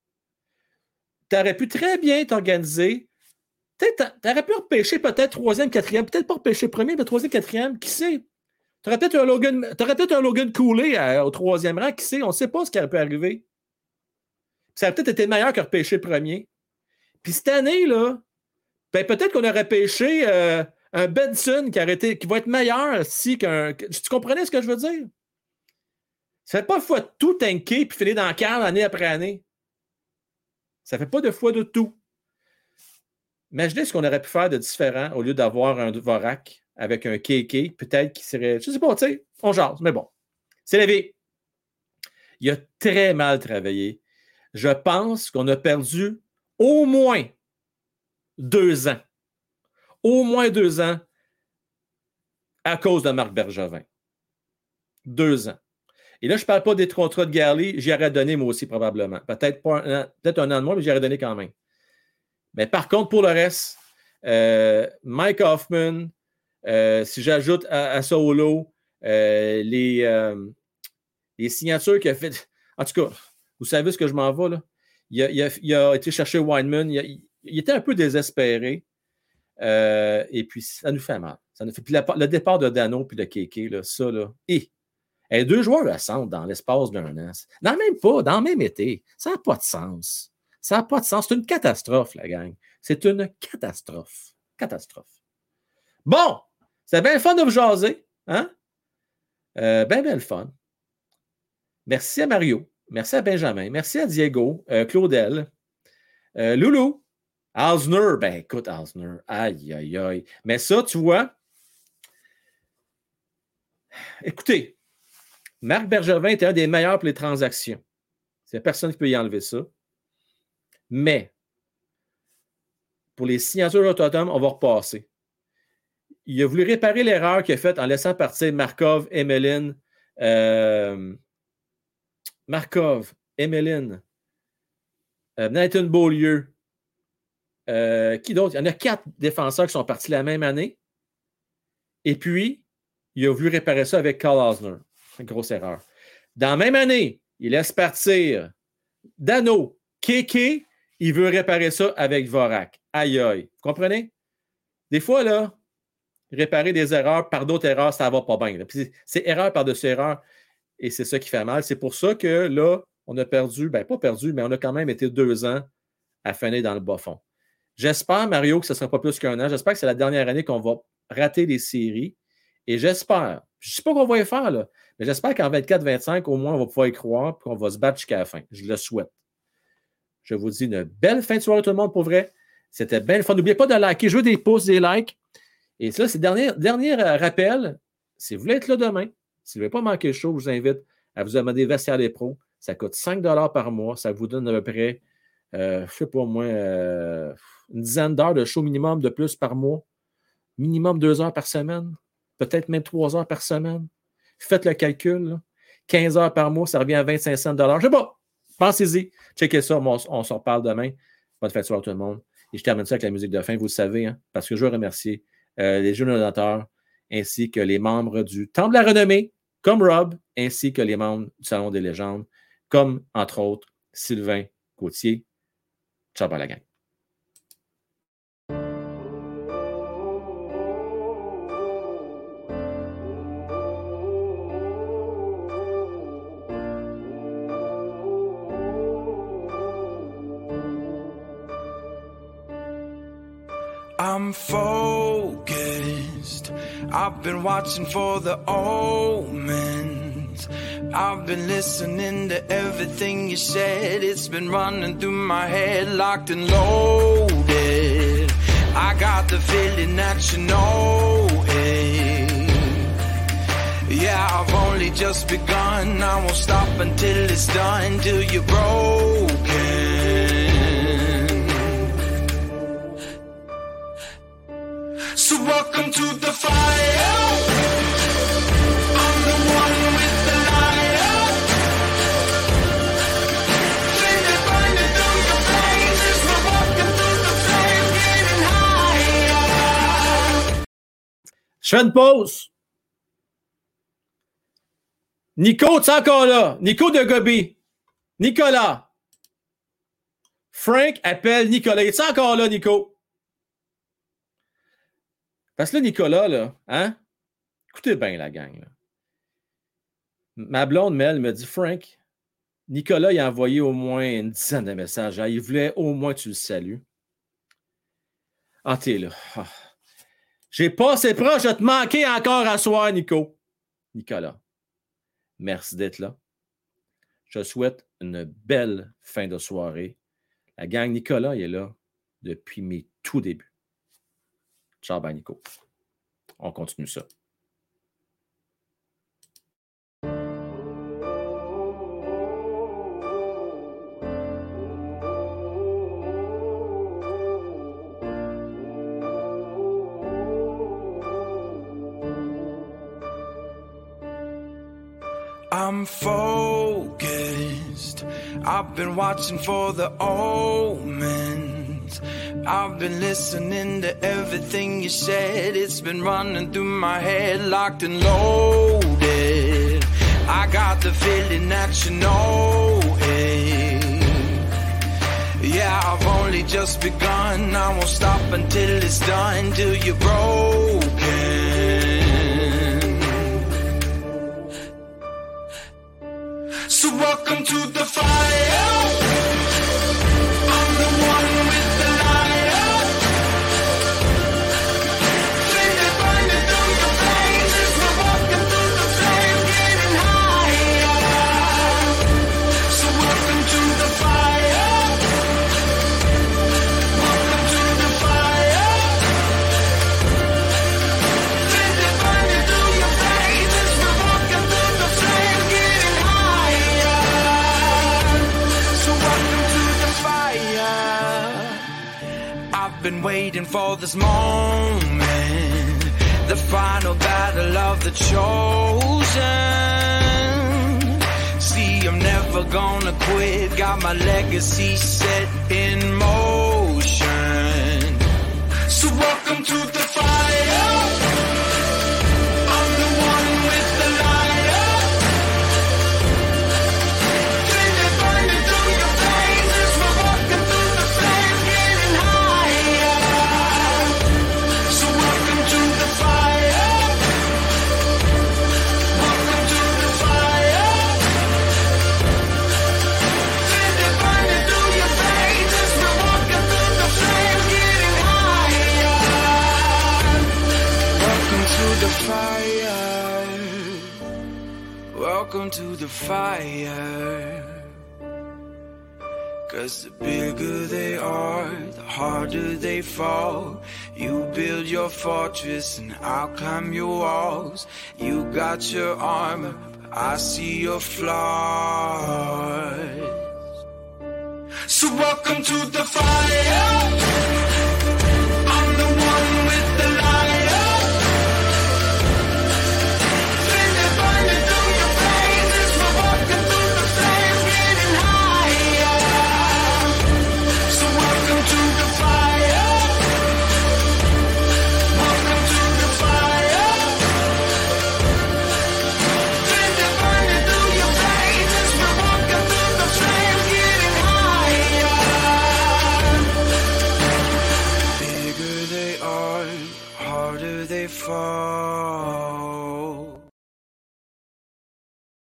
Tu aurais pu très bien t'organiser. Tu aurais pu repêcher peut-être troisième, quatrième, peut-être pas repêcher premier, mais troisième, quatrième, qui sait? Tu aurais peut-être un Logan, t'aurais peut-être un Logan Cooley à, au troisième rang, qui sait? On ne sait pas ce qui aurait pu arriver. Ça aurait peut-être été meilleur que repêcher premier. Puis cette année, là, ben, peut-être qu'on aurait pêché euh, un Benson qui, aurait été, qui va être meilleur si qu'un. Tu comprenais ce que je veux dire? Ça ne fait pas fois de tout tanker puis filer dans le cadre année après année. Ça ne fait pas de fois de tout. Imaginez ce qu'on aurait pu faire de différent au lieu d'avoir un Dvorak avec un K K, peut-être qu'il serait. Je ne sais pas, tu sais, on jase, mais bon. C'est la vie. Il a très mal travaillé. Je pense qu'on a perdu au moins deux ans. Au moins deux ans à cause de Marc Bergevin. Deux ans. Et là, je ne parle pas des contrats de Garley, j'y aurais donné moi aussi probablement. Peut-être pas un an, peut-être un an de moins, mais j'y aurais donné quand même. Mais par contre, pour le reste, euh, Mike Hoffman, euh, si j'ajoute à, à ça au lot, euh, les, euh, les signatures qu'il a fait. En tout cas, vous savez ce que je m'en vais, là? Il a, il a, il a été chercher Wineman. Il, a, il, il était un peu désespéré. Euh, et puis, ça nous fait mal. Ça nous fait... Puis la, le départ de Dano puis de Kéké, là, ça, là. Et, et deux joueurs de centre dans l'espace d'un an. Dans même pas, dans le même été. Ça n'a pas de sens. Ça n'a pas de sens. C'est une catastrophe, la gang. C'est une catastrophe. Catastrophe. Bon! C'est bien le fun de vous jaser. Hein? Euh, bien, bien le fun. Merci à Mario. Merci à Benjamin. Merci à Diego. Euh, Claudel. Euh, Loulou. Alsner. Ben, écoute, Alsner. Aïe, aïe, aïe. Mais ça, tu vois. Écoutez, Marc Bergevin était un des meilleurs pour les transactions. Il n'y a personne qui peut y enlever ça. Mais, pour les signatures autonomes, on va repasser. Il a voulu réparer l'erreur qu'il a faite en laissant partir Markov, Emelin, euh, Markov, Emelin, euh, Nathan Beaulieu. Euh, qui d'autre? Il y en a quatre défenseurs qui sont partis la même année. Et puis, il a voulu réparer ça avec Carl Osner. Une grosse erreur. Dans la même année, il laisse partir Dano, Kéké, il veut réparer ça avec Dvorak. Aïe, aïe. Vous comprenez? Des fois, là, réparer des erreurs par d'autres erreurs, ça va pas bien. Puis c'est erreur par-dessus erreur. Et c'est ça qui fait mal. C'est pour ça que là, on a perdu, ben pas perdu, mais on a quand même été deux ans à finir dans le bas fond. J'espère, Mario, que ce ne sera pas plus qu'un an. J'espère que c'est la dernière année qu'on va rater les séries. Et j'espère, je ne sais pas qu'on va y faire, là, mais j'espère qu'en vingt-quatre vingt-cinq, au moins, on va pouvoir y croire et qu'on va se battre jusqu'à la fin. Je le souhaite. Je vous dis une belle fin de soirée, tout le monde, pour vrai. C'était bien le fun. N'oubliez pas de liker. Je veux des pouces, des likes. Et ça, c'est le dernier, dernier rappel. Si vous voulez être là demain, si vous ne voulez pas manquer le show, je vous invite à vous abonner Vestiaire des Pros. Ça coûte cinq dollars par mois. Ça vous donne à peu près, euh, je ne sais pas moi, euh, une dizaine d'heures de show minimum de plus par mois. Minimum deux heures par semaine. Peut-être même trois heures par semaine. Faites le calcul. Là. quinze heures par mois, ça revient à vingt-cinq cents dollars. Je ne sais pas. Pensez-y. Checkez ça. On, on s'en reparle demain. Bonne fête soirée à tout le monde. Et je termine ça avec la musique de fin, vous le savez, hein, parce que je veux remercier euh, les jeunes donateurs ainsi que les membres du Temple de la Renommée, comme Rob, ainsi que les membres du Salon des légendes, comme, entre autres, Sylvain Gauthier. Ciao, bye la gang. I'm focused. I've been watching for the omens. I've been listening to everything you said. It's been running through my head, locked and loaded. I got the feeling that you know it. Yeah, I've only just begun. I won't stop until it's done, till you're broken. So welcome to the fire. I'm the one with the light. Feel it burning through your veins as we're walking through the flames, getting higher. Je fais une pause. Nico, tu es encore là? Nico de Gobi. Nicolas. Frank appelle Nicolas. Es-tu encore là, Nico? Parce que là, Nicolas, là, hein? Écoutez bien la gang. Là. Ma blonde, Mel, me dit, Frank, Nicolas, il a envoyé au moins une dizaine de messages. Hein? Il voulait au moins que tu le salues. Ah, t'es là. Ah. J'ai passé proche de te manquer encore à soir, Nico. Nicolas, merci d'être là. Je souhaite une belle fin de soirée. La gang Nicolas, il est là depuis mes tout débuts. Ciao, bye, Nico. On continue ça. I'm focused. I've been watching for the omens. I've been listening to everything you said. It's been running through my head, locked and loaded. I got the feeling that you know it. Yeah, I've only just begun. I won't stop until it's done, till you're broken. So welcome to the fire. I'm the one with the light. Feel it burning through your veins as we're walking through the flames, getting higher. So welcome to the fire. Welcome to the fire. Feel it burning through your veins as we're walking through the flames, getting higher. So welcome to the fire. I've been waiting for this moment, the final battle of the chosen. See, I'm never gonna quit, got my legacy set in motion. So welcome to the fire. I'm the one with the light. Feel it burning through your veins as we're walking through the flames, getting higher. So welcome to the fire. Welcome to the fire. fire. 'Cause the bigger they are, the harder they fall. You build your fortress and I'll climb your walls. You got your armor, but I see your flaws. So welcome to the fire. I'm the one with the light. Feel it burning through your veins. We're walking through the flames, getting higher. So welcome to the fire. Welcome to the fire. Feel it burning through your veins. We're walking through the flames, getting higher. Bigger they are, harder they fall.